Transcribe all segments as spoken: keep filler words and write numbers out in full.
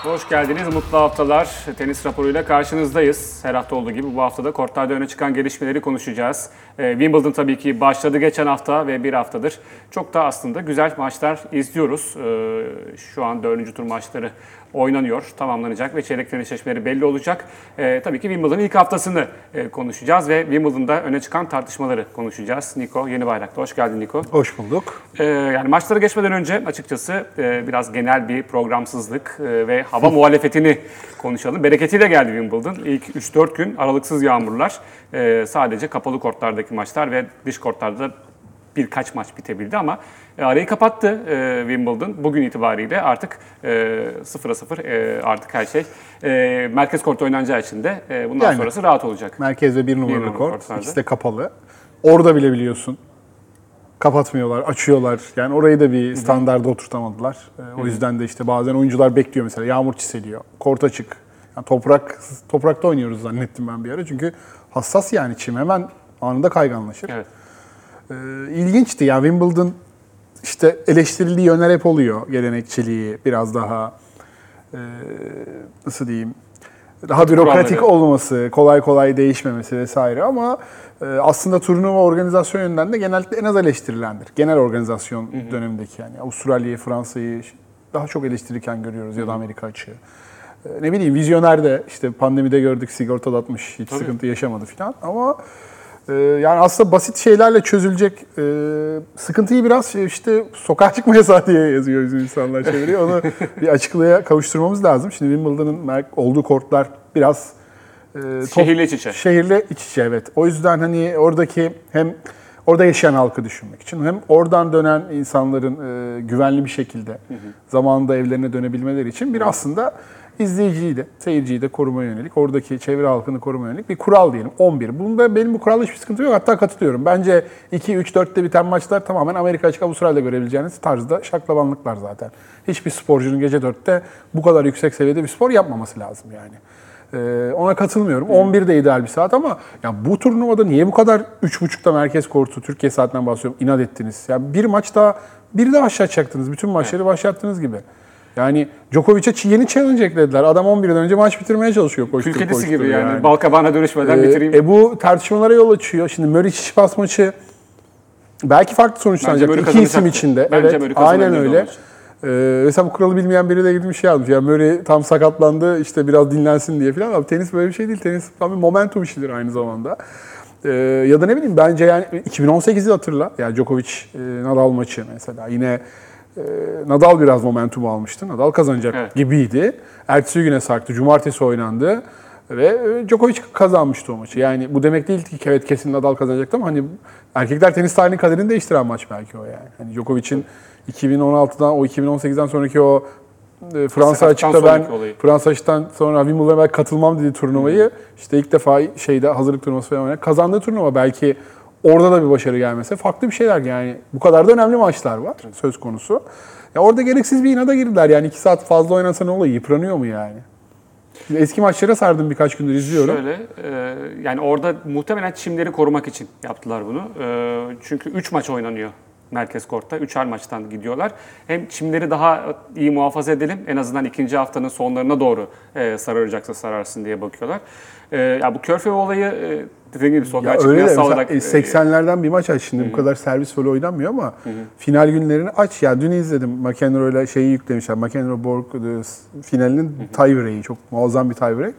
Hoş geldiniz. Mutlu haftalar. Tenis raporuyla karşınızdayız. Her hafta olduğu gibi bu haftada kortlarda öne çıkan gelişmeleri konuşacağız. Ee, Wimbledon tabii ki başladı geçen hafta ve bir haftadır. Çok da aslında güzel maçlar izliyoruz. Ee, şu an dördüncü tur maçları oynanıyor, tamamlanacak ve çeyrek final eşleşmeleri belli olacak. Ee, tabii ki Wimbledon'ın ilk haftasını e, konuşacağız ve Wimbledon'da öne çıkan tartışmaları konuşacağız. Niko Yenibayrak'ta. Hoş geldin Niko. Hoş bulduk. Ee, yani maçlara geçmeden önce açıkçası e, biraz genel bir programsızlık e, ve hava muhalefetini konuşalım. Bereketiyle geldi Wimbledon. İlk üç dört gün aralıksız yağmurlar. E, sadece kapalı kortlardaki maçlar ve dış kortlarda birkaç maç bitebildi ama e, arayı kapattı e, Wimbledon. Bugün itibariyle artık e, sıfıra sıfır e, artık her şey e, merkez kort oynanacağı için de e, bundan Yani, sonrası rahat olacak. Merkez ve bir numaralı, bir numaralı kort. kortlarda. İkisi de kapalı. Orada bile biliyorsun. Kapatmıyorlar, açıyorlar. Yani orayı da bir standarda oturtamadılar. E, o yüzden de işte bazen oyuncular bekliyor mesela. Yağmur çiseliyor. Kort açık. Yani toprak toprakta oynuyoruz zannettim ben bir ara. Çünkü hassas yani çim. Hemen anında kayganlaşır. Evet. E, ilginçti yani Wimbledon işte eleştirildiği yönler hep oluyor. Gelenekçiliği biraz daha e, nasıl diyeyim daha Kötü bürokratik kuralları. olması, kolay kolay değişmemesi vesaire ama e, aslında turnuva organizasyon yönünden de genellikle en az eleştirilendir. Genel organizasyon hı hı. dönemindeki yani Avustralya'yı, Fransa'yı daha çok eleştirirken görüyoruz hı hı. ya da Amerika açığı. E, ne bileyim vizyoner de işte pandemide gördük sigortalatmış, hiç Tabii. sıkıntı yaşamadı falan ama e, yani aslında basit şeylerle çözülecek e, sıkıntıyı biraz işte sokağa çıkma yasağı diye yazıyor bizim insanlar çeviriyor. Onu bir açıklığa kavuşturmamız lazım. Şimdi Wimbledon'ın olduğu kortlar biraz e, top, şehirle iç içe. Şehirle iç içe evet. O yüzden hani oradaki hem orada yaşayan halkı düşünmek için hem oradan dönen insanların e, güvenli bir şekilde hı hı. zamanında evlerine dönebilmeleri için bir aslında izleyiciyi de, seyirciyi de korumaya yönelik, oradaki çevre halkını korumaya yönelik bir kural diyelim. on bir. Bunda benim bu kuralda hiçbir sıkıntı yok. Hatta katılıyorum. Bence iki üç dörtte biten maçlar tamamen Amerika açık Avustralya'da görebileceğiniz tarzda şaklabanlıklar zaten. Hiçbir sporcunun gece dörtte bu kadar yüksek seviyede bir spor yapmaması lazım yani. Ee, ona katılmıyorum. on bir de ideal bir saat ama ya bu turnuvada niye bu kadar üç buçukta merkez kortu, Türkiye saatinden bahsediyorum, inat ettiniz? Ya bir maç daha, bir de başlatacaktınız. Bütün maçları başlattığınız gibi. Yani Djokovic'e yeni challenge eklediler. Adam on birden önce maç bitirmeye çalışıyor. Koştur, Kül kedisi koştur gibi yani. yani. Balkabağına dönüşmeden ee, bitireyim. E bu tartışmalara yol açıyor. Şimdi Murray-Çiçipas maçı belki farklı sonuçlanacaktı. İki isim içinde. Bence evet, aynen öyle. Ee, mesela bu kuralı bilmeyen biri de gitmiş şey yazmış. Yani Murray tam sakatlandı işte biraz dinlensin diye falan. Abi tenis böyle bir şey değil. Tenis tam bir momentum işidir aynı zamanda. Ee, ya da ne bileyim bence yani iki bin on sekizi hatırla. Yani Djokovic e, Nadal maçı mesela yine e, Nadal biraz momentumu almıştı. Nadal kazanacak evet. gibiydi. Ertesi güne sarktı. Cumartesi oynandı. Ve Djokovic kazanmıştı o maçı. Yani bu demek değil ki evet kesin Nadal kazanacaktı ama hani erkekler tenis tarihinin kaderini değiştiren maç belki o yani. Hani Djokovic'in iki bin on altıdan o iki bin on sekizden sonraki o e, Fransa açıkta ben Fransa açıktan sonra Wimbledon'a belki katılmam dediği turnuvayı hmm. işte ilk defa şeyde hazırlık turnuvası falan oynayan kazandığı turnuva belki orada da bir başarı gelmese farklı bir şeyler yani bu kadar da önemli maçlar var söz konusu. Ya orada gereksiz bir inada girdiler yani iki saat fazla oynansa ne oluyor yıpranıyor mu yani? Eski maçlara sardım birkaç gündür izliyorum. Şöyle, e, yani orada muhtemelen çimleri korumak için yaptılar bunu. E, çünkü üç maç oynanıyor merkez kortta. Üçer maçtan gidiyorlar. Hem çimleri daha iyi muhafaza edelim. En azından ikinci haftanın sonlarına doğru e, sararacaksa sararsın diye bakıyorlar. E, ya bu Körfez olayı e, dediğim gibi sokağa çıkma yasağı olarak... seksenlerden bir maç aç şimdi. Hı-hı. Bu kadar servis voley oynanmıyor ama Hı-hı. final günlerini aç. Ya dün izledim. McEnroe'yla şeyi yüklemişler. McEnroe-Borg finalinin tie-break'i. Çok muazzam bir tie-break.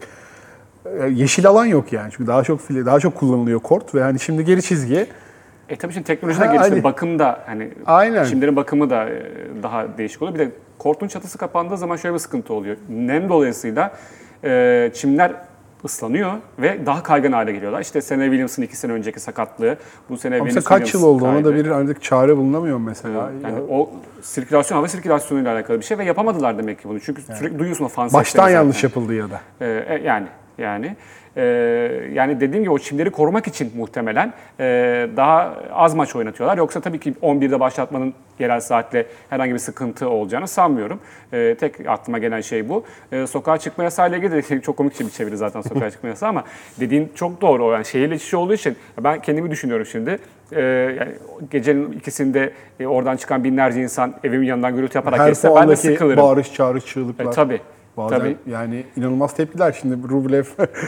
Yeşil alan yok yani. Çünkü daha çok file, daha çok kullanılıyor kort ve hani şimdi geri çizgi. E tabii şimdi teknoloji de gelişti. Hani, bakım da hani Aynen. Çimlerin bakımı da daha değişik oluyor. Bir de kortun çatısı kapandığı zaman şöyle bir sıkıntı oluyor. Nem dolayısıyla e, çimler ıslanıyor ve daha kaygan hale geliyorlar. İşte Serena Williams'ın iki sene önceki sakatlığı, bu sene Venus Williams kaç yıl oldu? Kaydı. Ona da bir artık çare bulunamıyor mesela. Evet. Yani o sirkülasyon, hava sirkülasyonuyla alakalı bir şey ve yapamadılar demek ki bunu. Çünkü yani. Sürekli duyuyorsun o fan sesleri. Baştan yanlış yapıldı ya da. Ee, yani yani e, yani dediğim gibi o çimleri korumak için muhtemelen e, daha az maç oynatıyorlar. Yoksa tabii ki on birde başlatmanın yerel saatle herhangi bir sıkıntı olacağını sanmıyorum. E, tek aklıma gelen şey bu. E, sokağa çıkma yasağıyla ilgili de çok komik bir çeviri zaten sokağa çıkma yasağı ama dediğin çok doğru. O yani şehirle iç içe olduğu için ben kendimi düşünüyorum şimdi. E, yani gecenin ikisinde e, oradan çıkan binlerce insan evimin yanından gürültü yaparak her geçse ben de sıkılırım. Bağırış, çağrış, çığlıklar. E, tabii. Bazen Tabii. yani inanılmaz tepkiler. Şimdi Rublev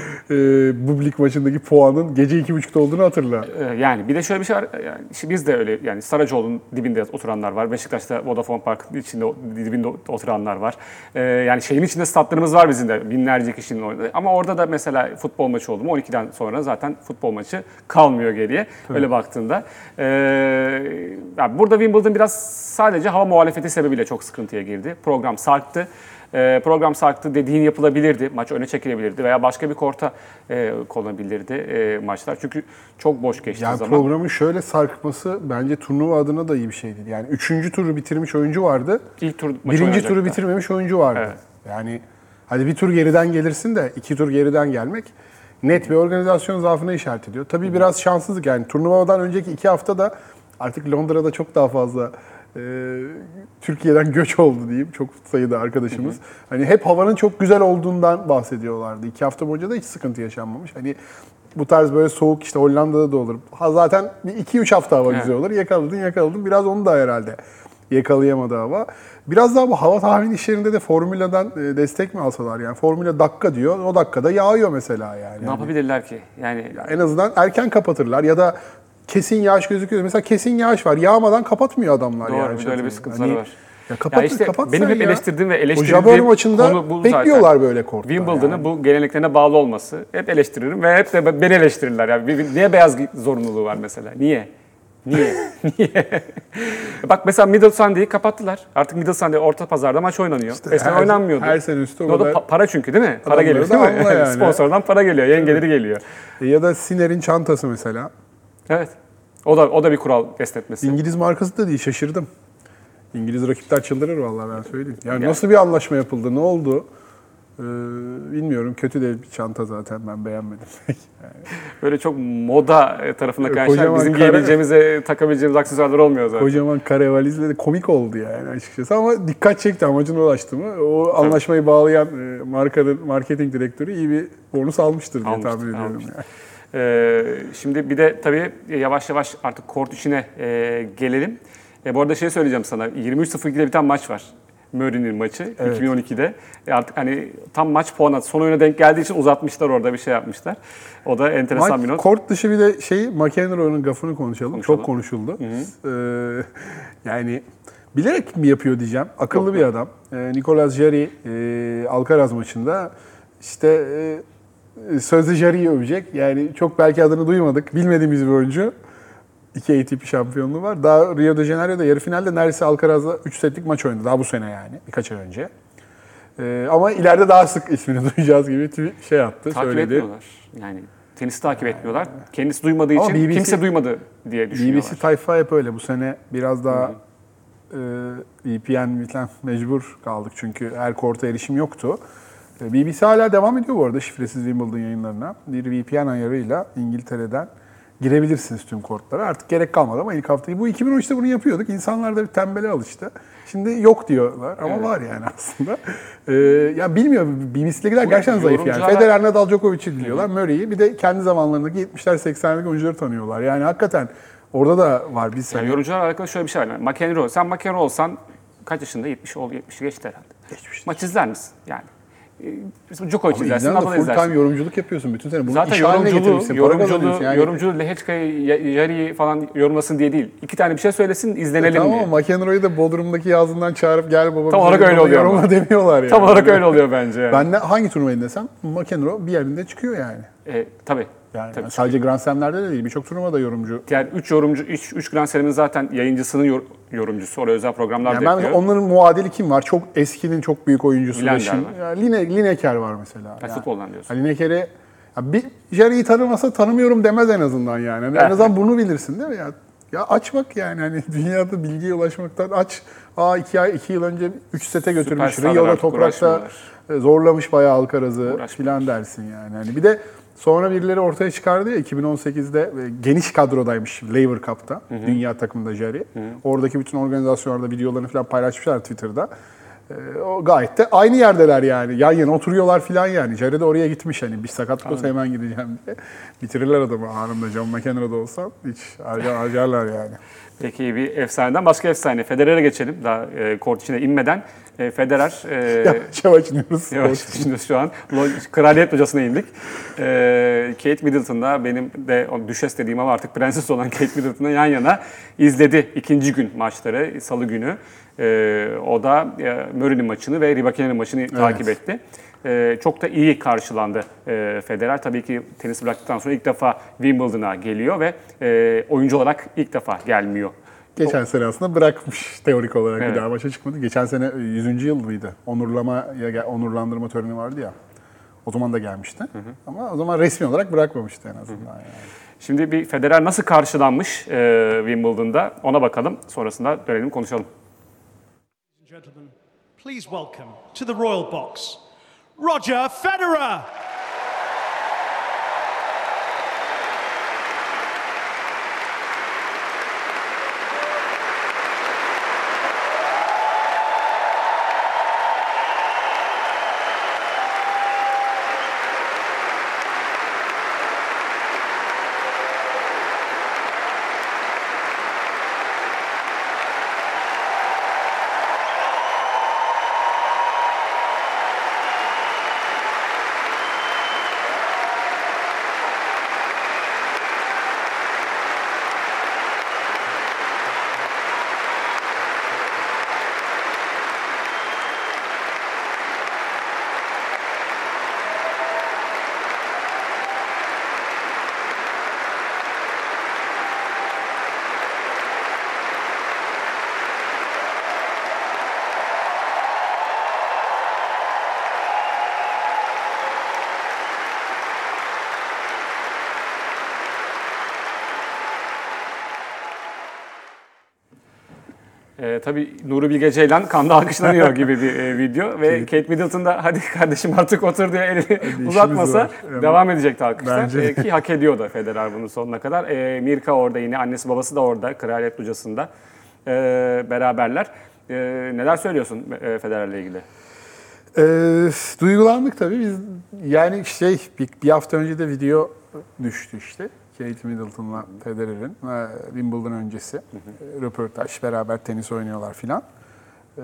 e, Bublik maçındaki puanın gece iki buçukta olduğunu hatırla. Ee, Yani bir de şöyle bir şey var. Yani şimdi biz de öyle, yani Saracoğlu'nun dibinde oturanlar var. Beşiktaş'ta Vodafone Park'ın içinde dibinde oturanlar var. Ee, yani şeyin içinde statlarımız var bizim de. Binlerce kişinin orada. Ama orada da mesela futbol maçı oldu mu on ikiden sonra zaten futbol maçı kalmıyor geriye. Tabii. Öyle baktığında. Ee, yani burada Wimbledon biraz sadece hava muhalefeti sebebiyle çok sıkıntıya girdi. Program sarktı. E, program sarktı, dediğin yapılabilirdi, maç öne çekilebilirdi veya başka bir korta e, konulabilirdi e, maçlar. Çünkü çok boş geçti yani zaman. Programın şöyle sarkması bence turnuva adına da iyi bir şey değil. Yani üçüncü turu bitirmiş oyuncu vardı. İlk tur birinci turu bitirmemiş oyuncu vardı. Evet. Yani hadi bir tur geriden gelirsin de iki tur geriden gelmek net bir organizasyon zaafına işaret ediyor. Tabii Hı. biraz şanssızlık yani. Turnuvadan önceki iki haftada artık Londra'da çok daha fazla Ee, Türkiye'den göç oldu diyeyim. Çok sayıda arkadaşımız. Hı hı. Hani hep havanın çok güzel olduğundan bahsediyorlardı. İki hafta boyunca da hiç sıkıntı yaşanmamış. Hani bu tarz böyle soğuk işte Hollanda'da da olur. Ha zaten bir iki üç hafta hava evet. güzel olur. Yakaladın yakaladın. Biraz onu da herhalde yakalayamadı hava. Biraz daha bu hava tahmin işlerinde de formüladan destek mi alsalar yani. Formüla dakika diyor. O dakikada yağıyor mesela yani. Ne yapabilirler ki? Yani ya en azından erken kapatırlar ya da kesin yağış gözüküyor. Mesela kesin yağış var. Yağmadan kapatmıyor adamlar. Doğru, yani. Doğru, öyle bir sıkıntıları hani, var. Ya kapat, ya işte kapat benim hep ya. eleştirdiğim ve o eleştirdiğim Jabber maçında konu bu bekliyorlar zaten. Böyle korkta. Wimbledon'ın yani. bu geleneklerine bağlı olması. Hep eleştiririm ve hep de beni eleştirirler. Yani niye beyaz zorunluluğu var mesela? Niye? Niye? Niye? Bak mesela Middle Sunday'i kapattılar. Artık Middle Sunday orta pazarda maç oynanıyor. İşte Eskiden her, oynanmıyordu. Her sene üstü o kadar. kadar. Pa- para çünkü değil mi? Para geliyor değil mi? Yani. Sponsordan para geliyor, yengeleri geliyor. E ya da Sinner'in çantası mesela. Evet. O da o da bir kural esnetmesi. İngiliz markası da değil, şaşırdım. İngiliz rakipler çıldırır vallahi ben söyleyeyim. Yani, yani nasıl bir anlaşma yapıldı, ne oldu? Ee, bilmiyorum. Kötü de bir çanta zaten, ben beğenmedim. yani. Böyle çok moda tarafına karşı bizim kare, giyebileceğimize, takabileceğimiz aksesuarlar olmuyor zaten. Kocaman kare valizle de komik oldu yani açıkçası ama dikkat çekti, amacına ulaştı mı? O Tabii. anlaşmayı bağlayan e, markanın marketing direktörü iyi bir bonus almıştır diye almıştır, tahmin ediyorum. Yani. Ee, şimdi bir de tabii yavaş yavaş artık kort içine e, gelelim. E, bu arada şey söyleyeceğim sana, yirmi üç sıfır ikide biten maç var. Murray'nin maçı evet. iki bin on ikide. E artık hani tam maç puanı son oyuna denk geldiği için uzatmışlar, orada bir şey yapmışlar. O da enteresan maç, bir not. Kort dışı bir de şey, McEnroe'nun gafını konuşalım. konuşalım. Çok konuşuldu. Ee, yani bilerek mi yapıyor diyeceğim. Akıllı Yok. bir adam. Ee, Nicolas Jarry e, Alcaraz maçında işte e, sözde Jarry'i övecek. Yani çok belki adını duymadık. Bilmediğimiz bir oyuncu. İki A T P şampiyonluğu var. Daha Rio de Janeiro'da yarı finalde neredeyse Alcaraz'la üç setlik maç oynadı. Daha bu sene yani. Birkaç ay önce. Ee, ama ileride daha sık ismini duyacağız gibi bir şey yaptı, takip söyledi. Etmiyorlar. Yani tenisi takip etmiyorlar. Kendisi duymadığı ama için B B C, kimse duymadı diye düşünüyorlar. B B C tayfa hep öyle. Bu sene biraz daha e, V P N falan mecbur kaldık. Çünkü her korta erişim yoktu. B B C hala devam ediyor bu arada şifresiz Wimbledon yayınlarına. Bir V P N ayarıyla İngiltere'den girebilirsiniz tüm kortlara. Artık gerek kalmadı ama ilk haftayı. Bu iki bin on üçte bunu yapıyorduk. İnsanlar da bir tembele alıştı. Şimdi yok diyorlar ama evet. var yani aslında. Ee, ya bilmiyorum, B B C'dekiler gerçekten zayıf yani. Federer, Nadal, Djokovic'i biliyorlar, Murray'i. Bir de kendi zamanlarındaki yetmişler seksenlerlik oyuncuları tanıyorlar. Yani hakikaten orada da var bir sene. Yani yorumcularla alakalı şöyle bir şey var. Yani McEnroe, sen McEnroe olsan kaç yaşında? yetmiş oldu, yetmişi geçti herhalde. Geçmiştir. Maç izler misin yani? Djokovic izlersin, Nadal izlersin. Full time yorumculuk yapıyorsun bütün sene. Bunu zaten iş haline getirmişsin. Yorumculuğu, yani. yorumculuğu Lehechka'yı, Jarry'i falan yorumlasın diye değil. İki tane bir şey söylesin, izlenelim e, tamam, diye. Tamam, McEnroe'yu da Bodrum'daki yazından çağırıp gel baba. Tam olarak öyle oluyor yorumla demiyorlar yani. Tam olarak öyle oluyor bence. Yani. Ben ne, hangi turnuvayı desem McEnroe bir yerinde çıkıyor yani. E, tabii. Yani, tabii yani sadece Grand Slam'lerde de değil, birçok turnuvada yorumcu. Yani üç yorumcu, üç Grand Slam'in zaten yayıncısının yor, yorumcusu. Oraya özel programlar yani da yapıyor. Onların muadili kim var? Çok eskinin çok büyük oyuncusu. Lineker var. Yani Line, Lineker var mesela. Yani. Futboldan diyorsun. Yani Lineker'i bir Jarry'i tanımasa tanımıyorum demez en azından yani. yani en azından bunu bilirsin değil mi? Ya, ya aç bak yani hani dünyada bilgiye ulaşmaktan aç. Aa iki, ay, iki yıl önce üç sete götürmüş. Rio'da toprakta zorlamış bayağı Alcaraz'ı filan dersin yani. Hani bir de sonra birileri ortaya çıkardı ya iki bin on sekizde geniş kadrodaymış Laver Cup'ta. Hı hı. Dünya takımında Jarry. Hı hı. Oradaki bütün organizasyonlarda videolarını falan paylaşmışlar Twitter'da. Ee, o gayet de aynı yerdeler yani. Yan yana oturuyorlar falan yani. Jared de oraya gitmiş hani bir sakatlık olsa hemen gideceğim diye. Bitirirler adamı anında. John McEnroe'da olsam hiç harcar, harcarlar yani. Peki bir efsaneden başka efsane. Federer'e geçelim. Daha e, kort içine inmeden. E, Federer... E, Yavaş yavaş iniyoruz. Yavaş düşünüyoruz şu an. Kraliyet hocasına indik. E, Kate Middleton'da benim de o düşes dediğim ama artık prenses olan Kate Middleton'la yan yana izledi ikinci gün maçları, salı günü. E, o da e, Murray'nin maçını ve Rybakina maçını evet. takip etti. E, çok da iyi karşılandı e, Federer. Tabii ki tenis bıraktıktan sonra ilk defa Wimbledon'a geliyor ve e, oyuncu olarak ilk defa gelmiyor. Geçen sene aslında bırakmış teorik olarak evet. bir daha maça çıkmadı. Geçen sene yüzüncü yıl mıydı? Onurlamaya, onurlandırma töreni vardı ya. O zaman da gelmişti. Hı hı. Ama o zaman resmi olarak bırakmamıştı en azından. Hı hı. Yani. Şimdi bir Federer nasıl karşılanmış e, Wimbledon'da ona bakalım. Sonrasında dönelim konuşalım. Please welcome to the Royal Box, Roger Federer. Ee, tabii Nuri Bilge Ceylan kanda alkışlanıyor gibi bir e, video ve Kate Middleton da hadi kardeşim artık otur diye elini hadi uzatmasa devam edecekti alkışlar. E, ki hak ediyor da Federer bunun sonuna kadar. E, Mirka orada yine, annesi babası da orada, Kraliyet Hocası'nda e, beraberler. E, neler söylüyorsun e, Federer'le ilgili? E, duygulandık tabii. Biz yani şey bir, bir hafta önce de video düştü işte. Kate Middleton'la Federer'in Wimbledon öncesi hı hı. röportaj, beraber tenis oynuyorlar filan. Ee,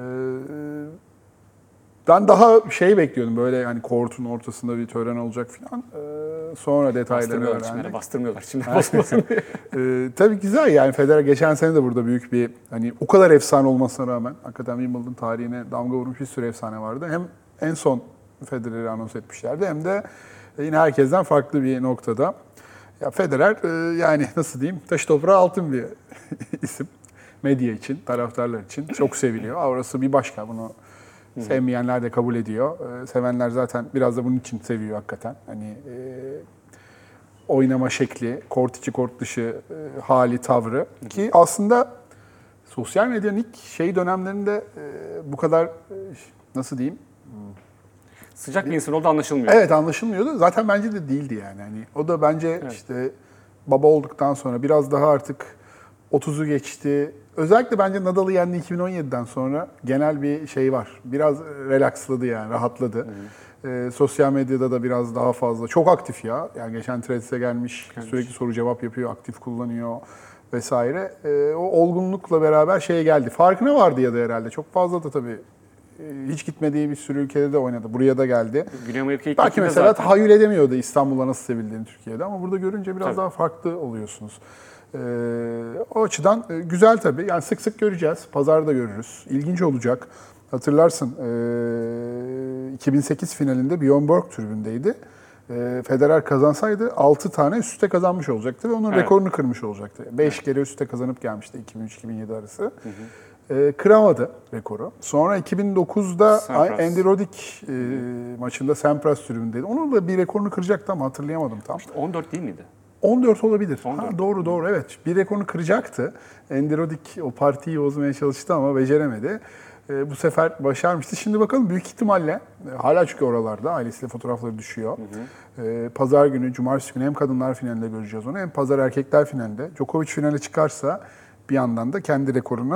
ben daha şey bekliyordum böyle yani kortun ortasında bir tören olacak filan. Ee, sonra detayları öğrendik. Şimdi, bastırmıyorlar şimdi bozmasın diye. ee, tabii güzel yani Federer geçen sene de burada büyük bir hani o kadar efsane olmasına rağmen hakikaten Wimbledon tarihine damga vurmuş bir sürü efsane vardı. Hem en son Federer'i anons etmişlerdi hem de yine herkesten farklı bir noktada. Ya Federer yani nasıl diyeyim taşı toprağı altın bir isim. Medya için, taraftarlar için çok seviliyor. Orası bir başka. Bunu Hı-hı. sevmeyenler de kabul ediyor. Sevenler zaten biraz da bunun için seviyor hakikaten. Hani e, oynama şekli, kort içi kort dışı e, hali, tavrı. Hı-hı. Ki aslında sosyal medyanın ilk şey dönemlerinde e, bu kadar e, nasıl diyeyim? Sıcak bir insan olduğu anlaşılmıyor. Evet anlaşılmıyordu. Zaten bence de değildi yani. Hani o da bence evet. işte baba olduktan sonra biraz daha artık otuzu geçti. Özellikle bence Nadal'ı yendi iki bin on yediden sonra genel bir şey var. Biraz relaksladı yani, rahatladı. Ee, sosyal medyada da biraz daha fazla. Çok aktif ya. Yani geçen Threads'e gelmiş, gelmiş. Sürekli soru cevap yapıyor, aktif kullanıyor vesaire. Ee, o olgunlukla beraber şeye geldi. Farkına vardı ya da herhalde. Çok fazla da tabii hiç gitmediği bir sürü ülkede de oynadı. Buraya da geldi. Güney Amerika'yı belki mesela zaten tahayyül edemiyordu İstanbul'a nasıl sevildiğini Türkiye'de ama burada görünce biraz tabii. daha farklı oluyorsunuz. Ee, o açıdan güzel tabii. Yani sık sık göreceğiz. Pazarda görürüz. İlginç olacak. Hatırlarsın e, iki bin sekiz finalinde Björn Borg tribündeydi. E, Federer kazansaydı altı tane üst üste kazanmış olacaktı ve onun evet. rekorunu kırmış olacaktı. beş evet. kere üst üste kazanıp gelmişti iki bin üç iki bin yedi arası. Hı hı. E, kıramadı rekoru. Sonra iki bin dokuzda Sampras. Andy Roddick e, maçında Sampras tribündeydi. Onun da bir rekorunu kıracaktı ama hatırlayamadım tam. İşte on dört değil miydi? on dört olabilir. on dört. Ha, doğru doğru evet. Bir rekorunu kıracaktı. Andy Roddick o partiyi bozmaya çalıştı ama beceremedi. E, bu sefer başarmıştı. Şimdi bakalım büyük ihtimalle e, hala çünkü oralarda ailesiyle fotoğrafları düşüyor. Hı hı. E, Pazar günü, cumartesi günü hem kadınlar finalinde göreceğiz onu hem pazar erkekler finalinde. Djokovic finale çıkarsa bir yandan da kendi rekorunun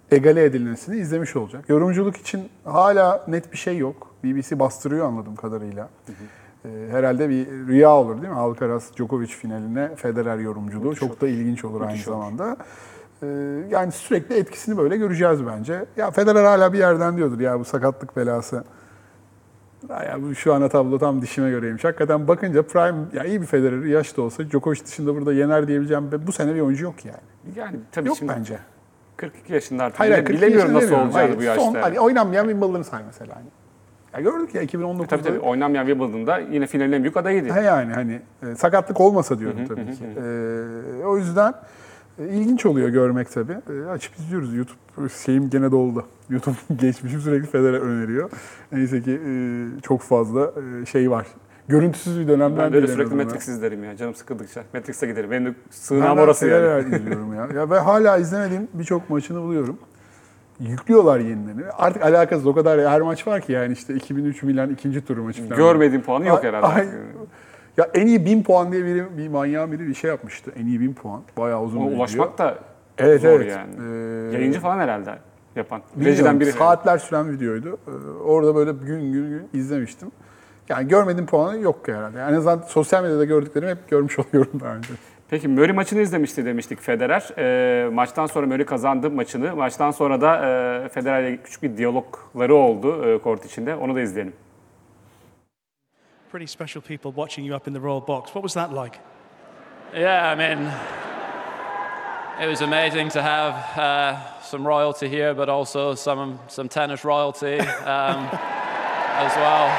egale edilmesini izlemiş olacak. Yorumculuk için hala net bir şey yok. B B C bastırıyor anladığım kadarıyla. Hı hı. Ee, herhalde bir rüya olur değil mi? Alcaraz Djokovic finaline Federer yorumculuğu çok, çok da ilginç olur aynı zamanda. Ee, yani sürekli etkisini böyle göreceğiz bence. Ya Federer hala bir yerden diyordur ya bu sakatlık belası. Ya bu şu ana tablo tam dişime göreymiş. Hakikaten bakınca prime, ya iyi bir Federer, yaş da olsa Djokovic dışında burada yener diyebileceğim bu sene bir oyuncu yok yani. Yani tabii yok şimdi bence. kırk iki yaşında artık. Hayır, Bile, kırk iki bilemiyorum nasıl demiyorum. olacağını Hayır, bu yaşta. Son, hani oynanmayan Wimbledon'ı say mesela. Hani. Ya gördük ya iki bin on dokuzda. E, tabii tabii oynanmayan Wimbledon'da yine finalin en büyük adayıydı. He yani hani e, sakatlık olmasa diyorum Hı hı, tabii hı, ki. hı. E, o yüzden e, ilginç oluyor görmek tabii. E, açıp izliyoruz. YouTube şeyim gene doldu. YouTube geçmişim sürekli Federer öneriyor. Neyse ki e, çok fazla e, şey var. Görüntüsüz bir dönemden Ben böyle değil sürekli en azından. Matrix izlerim ya. Canım sıkıldıkça. Matrix'e giderim. Benim de Ben sığınağım de orası yani. Federer izliyorum ya. Ya ve hala izlemediğim birçok maçını buluyorum. Yüklüyorlar yeniden. Artık alakasız o kadar her maç var ki yani işte iki bin üç Milan ikinci turu maçı falan. Görmediğim puanı yok Ay- herhalde. ay- Ya en iyi bin puan diye biri, bir manyağın biri bir şey yapmıştı. En iyi bin puan. Bayağı uzun Ona bir video. ulaşmak da Evet, zor evet. yani. Ee, Yayıncı falan herhalde yapan. Bilmiyorum, Rejiden biri. saatler süren videoydu. Ee, orada böyle gün gün gün izlemiştim. Yani görmediğim puanı yok herhalde. Yani en azından sosyal medyada gördüklerimi hep görmüş oluyorum daha önce. Peki Murray maçını izlemişti demiştik Federer. E, maçtan sonra Murray kazandı maçını. Maçtan sonra da e, Federer'le küçük bir diyalogları oldu e, kort içinde. Onu da izleyelim. Pretty special people watching you up in the royal box. What was that like? Yeah, I mean, it was amazing to have uh, some royalty here, but also some some tennis royalty um, as well.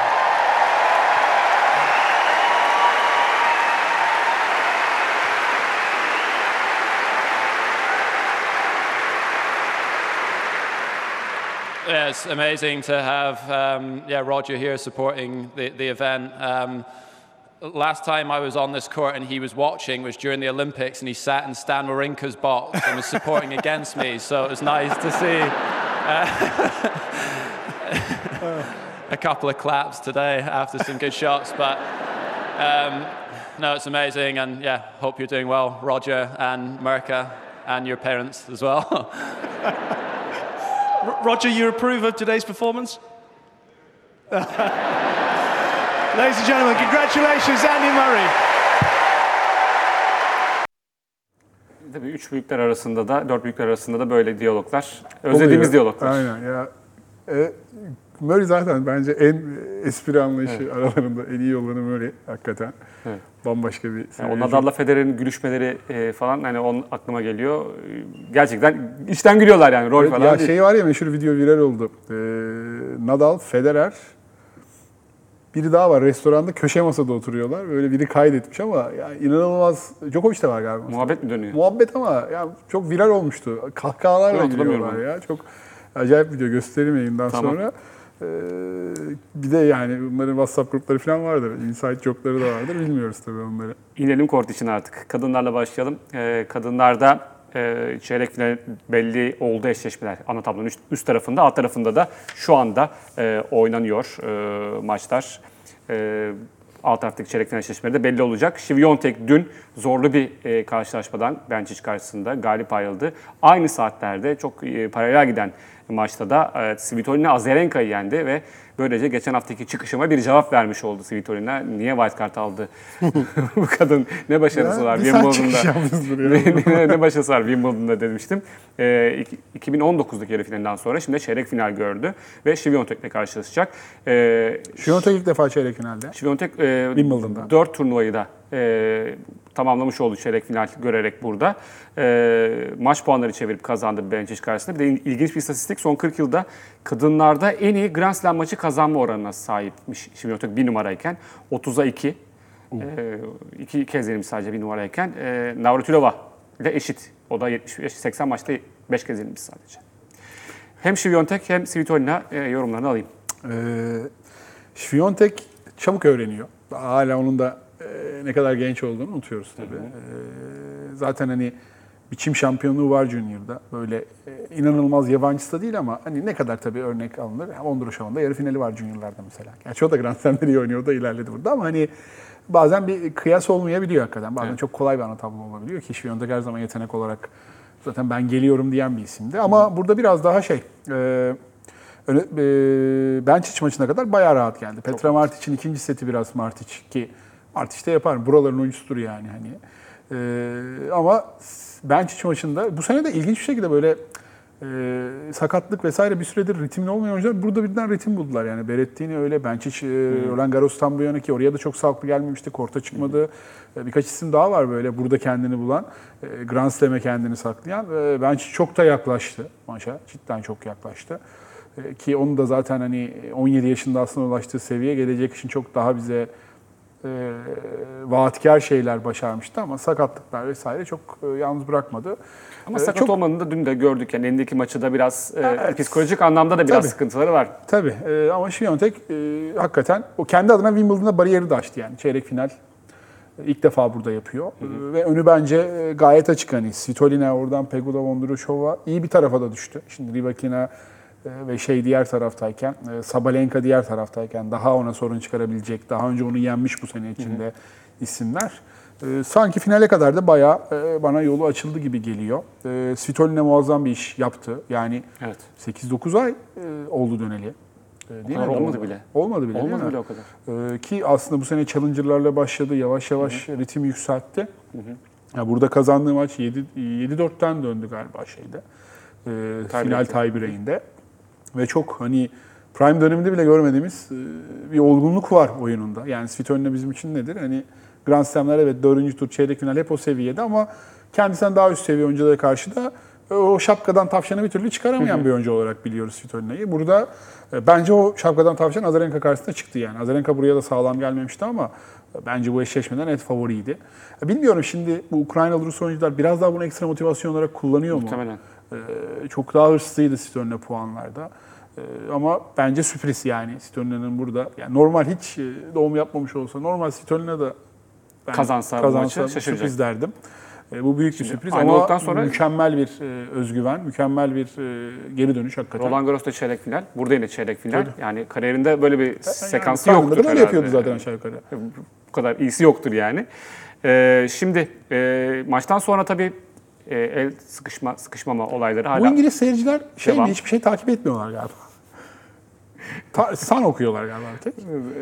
Yeah, it's amazing to have um, yeah Roger here supporting the the event. Um, last time I was on this court and he was watching was during the Olympics, and he sat in Stan Wawrinka's box and was supporting against me. So it was nice to see uh, a couple of claps today after some good shots. But um, no, it's amazing, and yeah, hope you're doing well, Roger and Mirka, and your parents as well. R- Roger, you approve of today's performance? Ladies and gentlemen, congratulations, Andy Murray. Tabii üç büyükler arasında da, dört büyükler arasında da böyle diyaloglar. Özlediğimiz diyaloglar. Aynen ya. E, Murray zaten bence en espri anlayışı evet. aralarında en iyi olanı Murray hakikaten. Evet. Bambaşka bir yani o Nadal'la Federer'in gülüşmeleri e, falan hani onun aklıma geliyor. Gerçekten içten gülüyorlar yani rol evet, falan. Ya değil. şey var ya meşhur video viral oldu. Ee, Nadal, Federer, biri daha var restoranda köşe masada oturuyorlar. Böyle biri kaydetmiş ama yani inanılmaz. Djokovic de var galiba. Muhabbet mi dönüyor? Muhabbet ama ya çok viral olmuştu. Kahkahalarla gülüyorlar ya. Çok acayip video, göstereyim yayından tamam. sonra. Ee, bir de yani bunların WhatsApp grupları falan vardır. Inside joke'ları da vardır. Bilmiyoruz tabii onları. İnelim kort için artık. Kadınlarla başlayalım. Ee, kadınlarda e, çeyrek final belli oldu eşleşmeler. Ana tablonun üst, üst tarafında, alt tarafında da şu anda e, oynanıyor e, maçlar. E, alt taraftaki çeyrek final eşleşmeleri de belli olacak. Świątek dün zorlu bir e, karşılaşmadan Bencic karşısında galip ayrıldı. Aynı saatlerde çok e, paralel giden maçta da e, Svitolina Azarenka'yı yendi ve böylece geçen haftaki çıkışıma bir cevap vermiş oldu Svitolina. Niye wildcard aldı bu kadın? Ne başarısı ya, var Wimbledon'da? ne, ne başarısı var Wimbledon'da demiştim. E, iki bin on dokuzdaki yarı finalinden sonra şimdi çeyrek final gördü ve Świątek'le karşılaşacak. E, Świątek ilk defa çeyrek finalde. Świątek e, Wimbledon'da. dört turnuvayı da e, tamamlamış oldu çeyrek final görerek burada. E, maç puanları çevirip kazandı Bencic karşısında. Bir de ilginç bir istatistik, son kırk yılda kadınlarda en iyi Grand Slam maçı kazanma oranına sahipmiş Świątek bir numarayken. otuza iki. E, iki kez yenilmiş sadece bir numarayken. E, Navratilova ile eşit. O da yetmiş beş seksen maçta beş kez yenilmiş sadece. Hem Świątek hem Svitolina e, yorumlarını alayım. Ee, Świątek çabuk öğreniyor. Hala onun da e, ne kadar genç olduğunu unutuyoruz tabii. Ee, zaten hani bir çim şampiyonluğu var Junior'da. Böyle e, inanılmaz yabancısı da değil ama hani ne kadar tabii örnek alınır. Ondroşova'nda yarı finali var Junior'larda mesela. Gerçi o da Grand Slam'leri iyi oynuyor, o da ilerledi burada ama hani bazen bir kıyas olmayabiliyor hakikaten. Bazen evet. çok kolay bir ana tablo olabiliyor ki Świątek her zaman yetenek olarak Zaten ben geliyorum diyen bir isimdi. Ama burada biraz daha şey, e, öyle, e, Benčić maçına kadar bayağı rahat geldi. Petra Martic'in ikinci seti biraz Martic ki Martic de yapar. Buraların oyuncusudur yani. Hani. E, ama Benčić maçında bu sene de ilginç bir şekilde böyle e, sakatlık vesaire bir süredir ritimli olmayan oyuncular burada birden ritim buldular. Yani Berrettini öyle, Benčić, e, Roland Garros'tan bu yana ki oraya da çok sağlıklı gelmemişti. Korta çıkmadı. E, birkaç isim daha var böyle burada kendini bulan. E, Grand Slam'e kendini saklayan. E, Benčić çok da yaklaştı maça. Cidden çok yaklaştı. E, ki onun da zaten hani on yedi yaşında aslında ulaştığı seviye gelecek için çok daha bize e, vaatkar şeyler başarmıştı ama sakatlıklar vesaire çok e, yalnız bırakmadı. Ama E, sakat çok, olmadığını da dün de gördük. Yani elindeki maçı da biraz e, Evet. psikolojik anlamda da biraz Tabii. sıkıntıları var. Tabii e, ama Świątek e, hakikaten o kendi adına Wimbledon'da bariyeri de aştı yani. Çeyrek final e, ilk defa burada yapıyor. Hı hı. E, ve önü bence e, gayet açık hani. Svitolina oradan Pegula Vondrousova iyi bir tarafa da düştü. Şimdi Rybakina e, ve şey diğer taraftayken, e, Sabalenka diğer taraftayken daha ona sorun çıkarabilecek, daha önce onu yenmiş bu sene içinde hı hı. isimler. E, sanki finale kadar da bayağı e, bana yolu açıldı gibi geliyor. E, Svitolina muazzam bir iş yaptı. Yani Evet. sekiz dokuz ay e, oldu döneli. E, değil O kadar mi? olmadı bile. Olmadı bile Olmadı değil mi? bile o kadar. E, ki aslında bu sene challenger'larla başladı. Yavaş yavaş hı hı. ritim yükseltti. Hı hı. Ya burada kazandığı maç yedi dörtten döndü galiba şeyde. E, final tiebreak'inde. Ve çok hani prime döneminde bile görmediğimiz e, bir olgunluk var oyununda. Yani Svitolina bizim için nedir? Hani Grand Slam'ler evet dördüncü tur çeyrek final hep o seviyede ama kendisinden daha üst seviye oyunculara karşı da o şapkadan tavşanı bir türlü çıkaramayan hı hı. bir oyuncu olarak biliyoruz Svitolina'yı. Burada e, bence o şapkadan tavşan Azarenka karşısında çıktı yani. Azarenka buraya da sağlam gelmemişti ama e, bence bu eşleşmeden net favoriydi. E, bilmiyorum şimdi bu Ukraynalı Rus oyuncular biraz daha bunu ekstra motivasyon olarak kullanıyor mu? Muhtemelen. E, çok daha hırslıydı Svitolina puanlarda. E, ama bence sürpriz yani Svitolina'nın burada. Yani normal hiç doğum yapmamış olsa normal Svitolina da kazansa, kazansa bu maçı şaşıracak. Sürpriz derdim. E, bu büyük Şimdi bir sürpriz ama sonra mükemmel bir e, özgüven, mükemmel bir e, geri dönüş hakikaten. Roland Garros'ta çeyrek final, burada yine çeyrek final. Öyle. Yani kariyerinde böyle bir yani sekansı yani, yoktur herhalde. Böyle yapıyordu zaten aşağı yukarı. Bu kadar iyisi yoktur yani. E, şimdi e, maçtan sonra tabii e, el sıkışma sıkışmama olayları hala. Bu İngiliz seyirciler şey devam. mi, hiçbir şey takip etmiyorlar galiba. Ta, san okuyorlar galiba tek.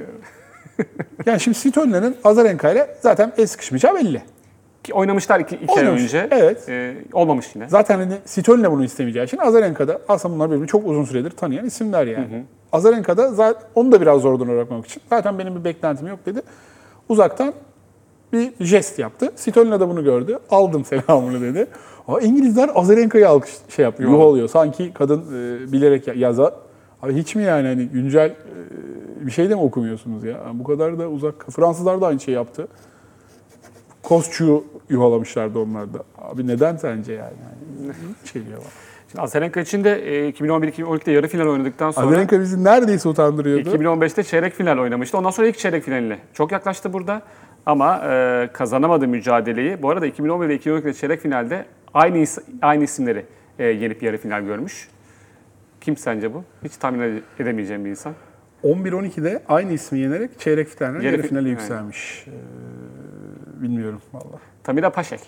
Yani şimdi Svitolina'nın Azarenka ile zaten el sıkışmayacağı belli. Ki oynamışlar iki, iki ay önce. Evet. Ee, olmamış yine. Zaten hani Svitolina bunu istemeyeceği için Azarenka'da aslında bunlar birbirini çok uzun süredir tanıyan isimler yani. Hı hı. Azarenka'da zaten onu da biraz zordan bırakmak için zaten benim bir beklentim yok dedi. Uzaktan bir jest yaptı. Svitolina da bunu gördü. Aldım selamını dedi. Ama İngilizler Azarenka'yı alkış şey yapıyor. Yuh oluyor. Sanki kadın e, bilerek yazar. Abi hiç mi yani hani güncel e, bir şey de mi okumuyorsunuz ya? Yani bu kadar da uzak. Fransızlar da aynı şey yaptı. Kosçu'yu yuhalamışlardı onlar da. Abi neden sence yani? yani şey diyor. Şimdi Azarenka için de iki bin on bir iki bin on ikide yarı final oynadıktan sonra Azarenka bizi neredeyse utandırıyordu. iki bin on beşte çeyrek final oynamıştı. Ondan sonra ilk çeyrek finaline çok yaklaştı burada. Ama e, kazanamadı mücadeleyi. Bu arada iki bin on bir ve iki bin on ikide çeyrek finalde aynı aynı isimleri e, yenip yarı final görmüş. Kim sence bu? Hiç tahmin edemeyeceğim bir insan. on bir on ikide aynı ismi yenerek çeyrek finalden yarı, yarı finale yükselmiş. Ee, bilmiyorum valla. Tamira Paşek.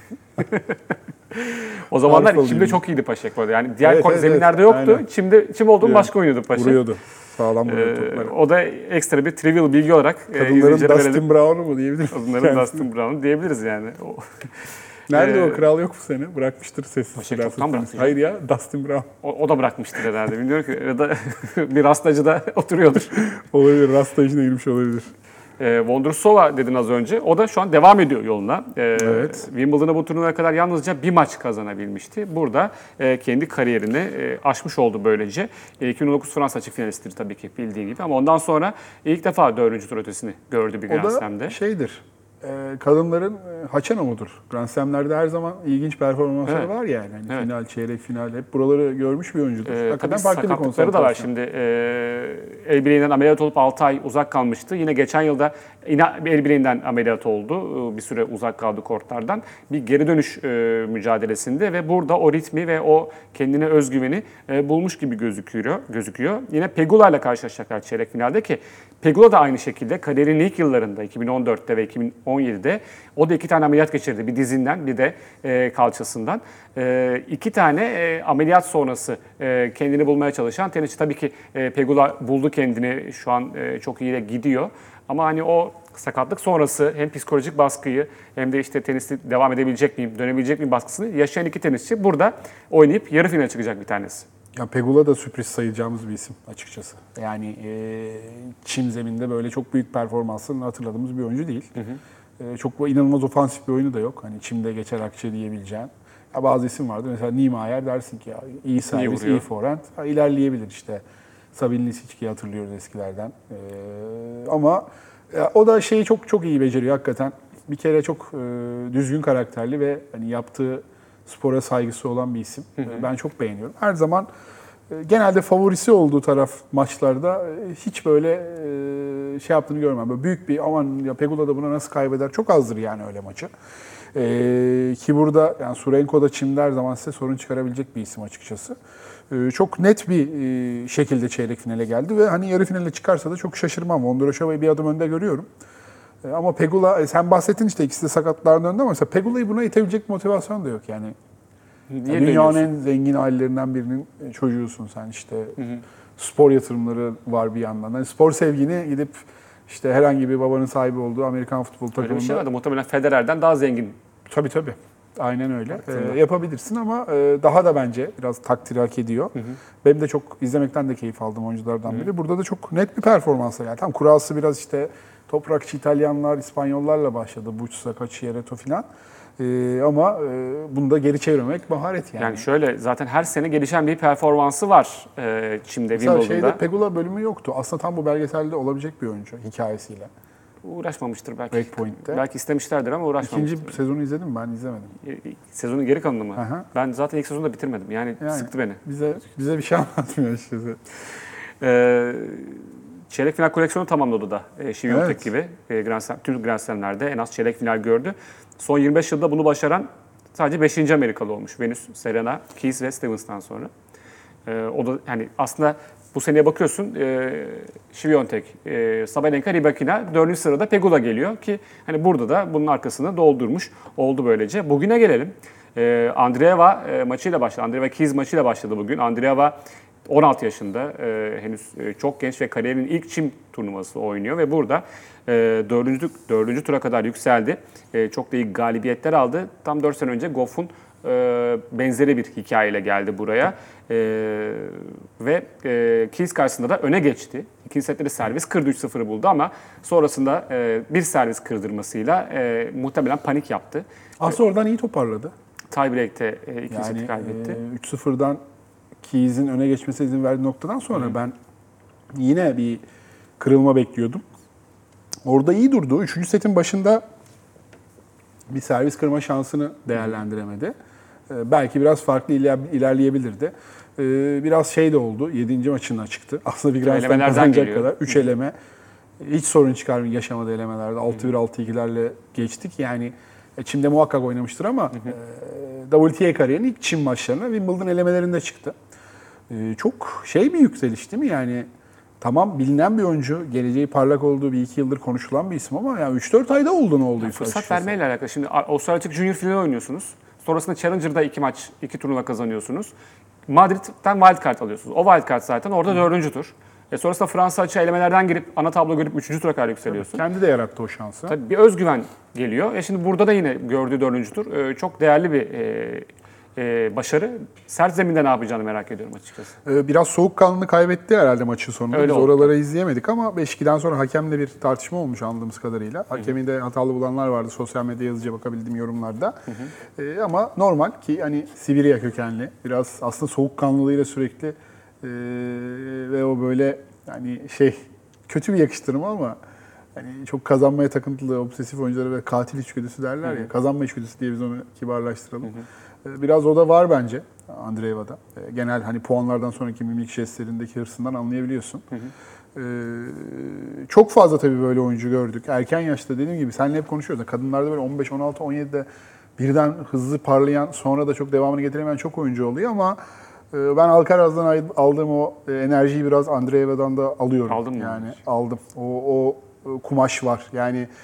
O zamanlar içimde çok iyiydi Paşek bu arada. Yani diğer evet, evet, zeminlerde evet, yoktu. Aynen. Çimde çim olduğum başka oynuyordu Paşek. Vuruyordu. Sağlam vuruyordu ee, topları. O da ekstra bir trivial bilgi olarak kadınların e, Dustin Brown'u mu diyebiliriz? Kadınların Dustin Brown'u diyebiliriz yani. O. Nerede ee, o kral yok bu sene? Bırakmıştır sessiz. Paşek çoktan bıraktı. Hayır ya Dustin Brown. O, o da bırakmıştır herhalde. Bilmiyorum ki. Ya da bir rastacıda oturuyordur. Olabilir. Rastacına girmiş olabilir. E, Vondrousova dedin az önce. O da şu an devam ediyor yoluna. E, evet. Wimbledon'a bu turnuvaya kadar yalnızca bir maç kazanabilmişti. Burada e, kendi kariyerini e, aşmış oldu böylece. E, iki bin on dokuz Fransa açık finalistidir tabii ki bildiği gibi. Ama ondan sonra ilk defa dördüncü tur ötesini gördü bir Grand Slam'de. O da şeydir. E, kadınların e, Haçanomu'dur. Grand Slam'lerde her zaman ilginç performansları evet. var yani. yani evet. Final, çeyrek final hep buraları görmüş bir oyuncudur. E, tabii sakatlıkları da var şimdi. E, el bileğinden ameliyat olup altı ay uzak kalmıştı. Yine geçen yılda yine el bileğinden ameliyat oldu. Bir süre uzak kaldı kortlardan. Bir geri dönüş e, mücadelesinde ve burada o ritmi ve o kendine özgüveni e, bulmuş gibi gözüküyor. gözüküyor. Yine Pegula ile karşılaşacaklar çeyrek finalde ki Pegula da aynı şekilde kariyerinin ilk yıllarında iki bin on dörtte ve iki bin on yedide. O da iki tane ameliyat geçirdi. Bir dizinden bir de e, kalçasından. E, iki tane e, ameliyat sonrası e, kendini bulmaya çalışan tenisçi. Tabii ki e, Pegula buldu kendini. Şu an e, çok iyi de gidiyor. Ama hani o sakatlık sonrası hem psikolojik baskıyı hem de işte teniste devam edebilecek miyim, dönebilecek miyim baskısını yaşayan iki tenisçi burada oynayıp yarı finale çıkacak bir tanesi. Ya Pegula da sürpriz sayacağımız bir isim açıkçası. Yani e, çim zeminde böyle çok büyük performanslarını hatırladığımız bir oyuncu değil. Hı hı. E, çok inanılmaz ofansif bir oyunu da yok. Hani çimde geçer akçe diyebileceğin. Ya bazı isim vardı. Mesela Niemeyer dersin ki ya iyi servis, iyi, iyi forehand. Ha, ilerleyebilir işte. Sabin Lisicki'yi hatırlıyoruz eskilerden. E, ama ya, o da şeyi çok çok iyi beceriyor hakikaten. Bir kere çok e, düzgün karakterli ve hani yaptığı spora saygısı olan bir isim. Hı hı. Ben çok beğeniyorum. Her zaman e, genelde favorisi olduğu taraf maçlarda e, hiç böyle e, şey yaptığını görmem. Böyle büyük bir aman ya Pegula da buna nasıl kaybeder çok azdır yani öyle maçı. E, ki burada yani Surenko da Çim'de her zaman size sorun çıkarabilecek bir isim açıkçası. E, çok net bir e, şekilde çeyrek finale geldi ve hani yarı finale çıkarsa da çok şaşırmam. Vondrousova'yı bir adım önde görüyorum. Ama Pegula, sen bahsettin işte ikisi de sakatlardan önde ama mesela Pegula'yı buna itebilecek motivasyon da yok yani. Niye Dünyanın dönüyorsun? en zengin ailelerinden birinin çocuğusun sen işte. Hı hı. Spor yatırımları var bir yandan. Yani spor sevgini gidip işte herhangi bir babanın sahibi olduğu Amerikan futbol takımında. Öyle bir şey vardı. Muhtemelen Federer'den daha zengin. Tabii tabii. Aynen öyle. Ee, yapabilirsin ama e, daha da bence biraz takdir hak ediyor. Hı hı. Benim de çok izlemekten de keyif aldım oyunculardan biri. Hı hı. Burada da çok net bir performansla geldi. Tam kurası biraz işte toprakçı İtalyanlar, İspanyollarla başladı. Bucsa, Cacciaretto falan. Ee, ama e, bunu da geri çevirmek maharet yani. Yani şöyle zaten her sene gelişen bir performansı var e, Çim'de, Mesela Wimbledon'da. şeyde Pegula bölümü yoktu. Aslında tam bu belgeselde olabilecek bir oyuncu hikayesiyle. Uğraşmamıştır belki. Breakpoint'te. Belki istemişlerdir ama uğraşmamıştır. İkinci sezonu izledim mi? Ben izlemedim. Sezonun geri kalanını mı? Aha. Ben zaten ilk sezonu da bitirmedim. Yani, Yani sıktı beni. Bize bize bir şey anlatmıyor açıkçası. Ee, çeyrek final koleksiyonu tamamladı da e, Şiviyontek Evet. gibi. E, Grand Slam, tüm Grand Slam'lerde en az çeyrek final gördü. Son yirmi beş yılda bunu başaran sadece beşinci Amerikalı olmuş. Venus, Serena, Keys ve Stevens'tan sonra. E, o da yani aslında bu seneye bakıyorsun e, Şiviyontek, e, Sabalenka, Rybakina, dördüncü sırada Pegula geliyor ki hani burada da bunun arkasını doldurmuş oldu böylece. Bugüne gelelim. E, Andreeva e, maçıyla başladı. Andreeva Keys maçıyla başladı bugün. Andreeva on altı yaşında, e, henüz e, çok genç ve kariyerinin ilk çim turnuvası oynuyor ve burada e, dördüncü, dördüncü tura kadar yükseldi. E, çok da iyi galibiyetler aldı. Tam dört sene önce Goff'un e, benzeri bir hikayeyle geldi buraya. E, ve e, Keys karşısında da öne geçti. İkinci sette de servis kırdı, üç sıfırı buldu ama sonrasında e, bir servis kırdırmasıyla e, muhtemelen panik yaptı. Aslında oradan iyi toparladı. Tiebreak'te e, ikinci seti Yani kaybetti. e, üç sıfırdan Keys'in öne geçmesine izin verdiği noktadan sonra Hı. ben yine bir kırılma bekliyordum. Orada iyi durdu. Üçüncü setin başında bir servis kırma şansını değerlendiremedi. Ee, belki biraz farklı iler, ilerleyebilirdi. Ee, biraz şey de oldu. Yedinci maçına çıktı. Aslında bir Grand Slam kazanacak kadar. Üç eleme. Hiç sorun çıkarmıyor yaşamadığı elemelerde. altı bir altı ikilerle geçtik. Yani Çim'de muhakkak oynamıştır ama hı hı. e, W T A kariyerinin ilk Çim maçlarına Wimbledon elemelerinde çıktı. E, çok şey bir yükseliş değil mi? Yani tamam bilinen bir oyuncu, geleceği parlak olduğu bir iki yıldır konuşulan bir isim ama yani üç dört ayda oldu ne olduysa. Yani fırsat vermeyle alakalı. Şimdi Avustralya Junior finali oynuyorsunuz. Sonrasında Challenger'da iki maç, iki turnuva kazanıyorsunuz. Madrid'den wildcard alıyorsunuz. O wildcard zaten orada dördüncü tur. E sonrasında Fransa açığı elemelerden girip ana tablo görüp üçüncü tura kadar yükseliyorsun. Kendi de yarattı o şansı. Tabii bir özgüven geliyor. E şimdi burada da yine gördüğü dördüncü tur. E, çok değerli bir e, e, başarı. Sert zeminde ne yapacağını merak ediyorum açıkçası. Ee, biraz soğukkanlılığını kaybetti herhalde maçın sonunda. Öyle Biz oldu. oraları izleyemedik ama beş ikiden sonra hakemle bir tartışma olmuş anladığımız kadarıyla. Hakemi de hatalı bulanlar vardı sosyal medya yazıcıya bakabildiğim yorumlarda. Hı hı. Ee, ama normal ki hani Sibirya kökenli. Biraz aslında soğukkanlılığıyla sürekli e, ve o böyle yani şey kötü bir yakıştırma ama hani çok kazanmaya takıntılı, obsesif oyunculara ve katil içgüdüsü derler ya. Hı hı. Kazanma içgüdüsü diye biz onu kibarlaştıralım. Hı hı. Biraz o da var bence Andreeva'da. Genel hani puanlardan sonraki mimik jestlerindeki hırsından anlayabiliyorsun. Hı hı. Ee, çok fazla tabii böyle oyuncu gördük. Erken yaşta dediğim gibi seninle hep konuşuyoruz. Kadınlarda böyle on beş, on altı, on yedide birden hızlı parlayan sonra da çok devamını getiremeyen çok oyuncu oluyor ama ben Alcaraz'dan aldığım o enerjiyi biraz Andreeva'dan da alıyorum. Aldın mı? Yani aldım. O, o kumaş var. Yani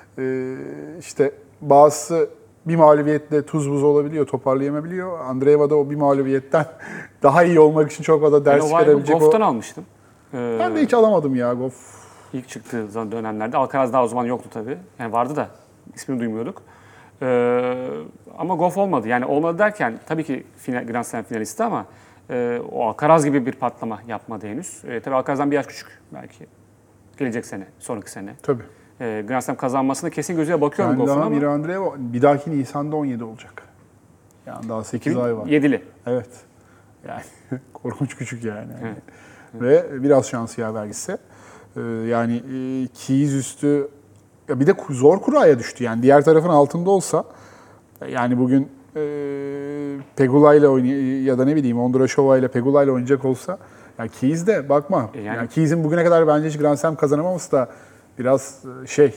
Ee, işte bazısı bir mağlubiyetle tuz buz olabiliyor, toparlayamayabiliyor. Andreeva da o bir mağlubiyetten daha iyi olmak için çok fazla ders Ben o vibe'ı çıkarabilecek. Goff'tan o... almıştım. Ee, Ben de hiç alamadım ya Goff. İlk çıktığı zaman dönemlerde. Alcaraz daha o zaman yoktu tabii. Yani vardı da ismini duymuyorduk. Ee, ama Goff olmadı. Yani olmadı derken tabii ki final, Grand Slam finalisti ama e, o Alcaraz gibi bir patlama yapmadı henüz. E, tabii Alcaraz'dan bir yaş küçük belki. Gelecek sene, sonraki sene. Tabii. E, Grand Slam kazanmasına kesin gözüyle bakıyorum Yani Goff'un daha ama. Mira Andreeva bir dahaki Nisan'da on yedi olacak. Yani daha sekiz ay var. yedili. Evet. Yani korkunç küçük yani. Evet. Ve biraz şansı yaver gitse. Ee, yani e, Keys üstü ya bir de zor kuraya düştü. Yani diğer tarafın altında olsa yani bugün e, Pegula ile oynay ya da ne bileyim Ondrashova ile Pegula ile oynayacak olsa ya Keys de bakma. E yani, yani Keys'in bugüne kadar bence hiç Grand Slam kazanamaması da biraz şey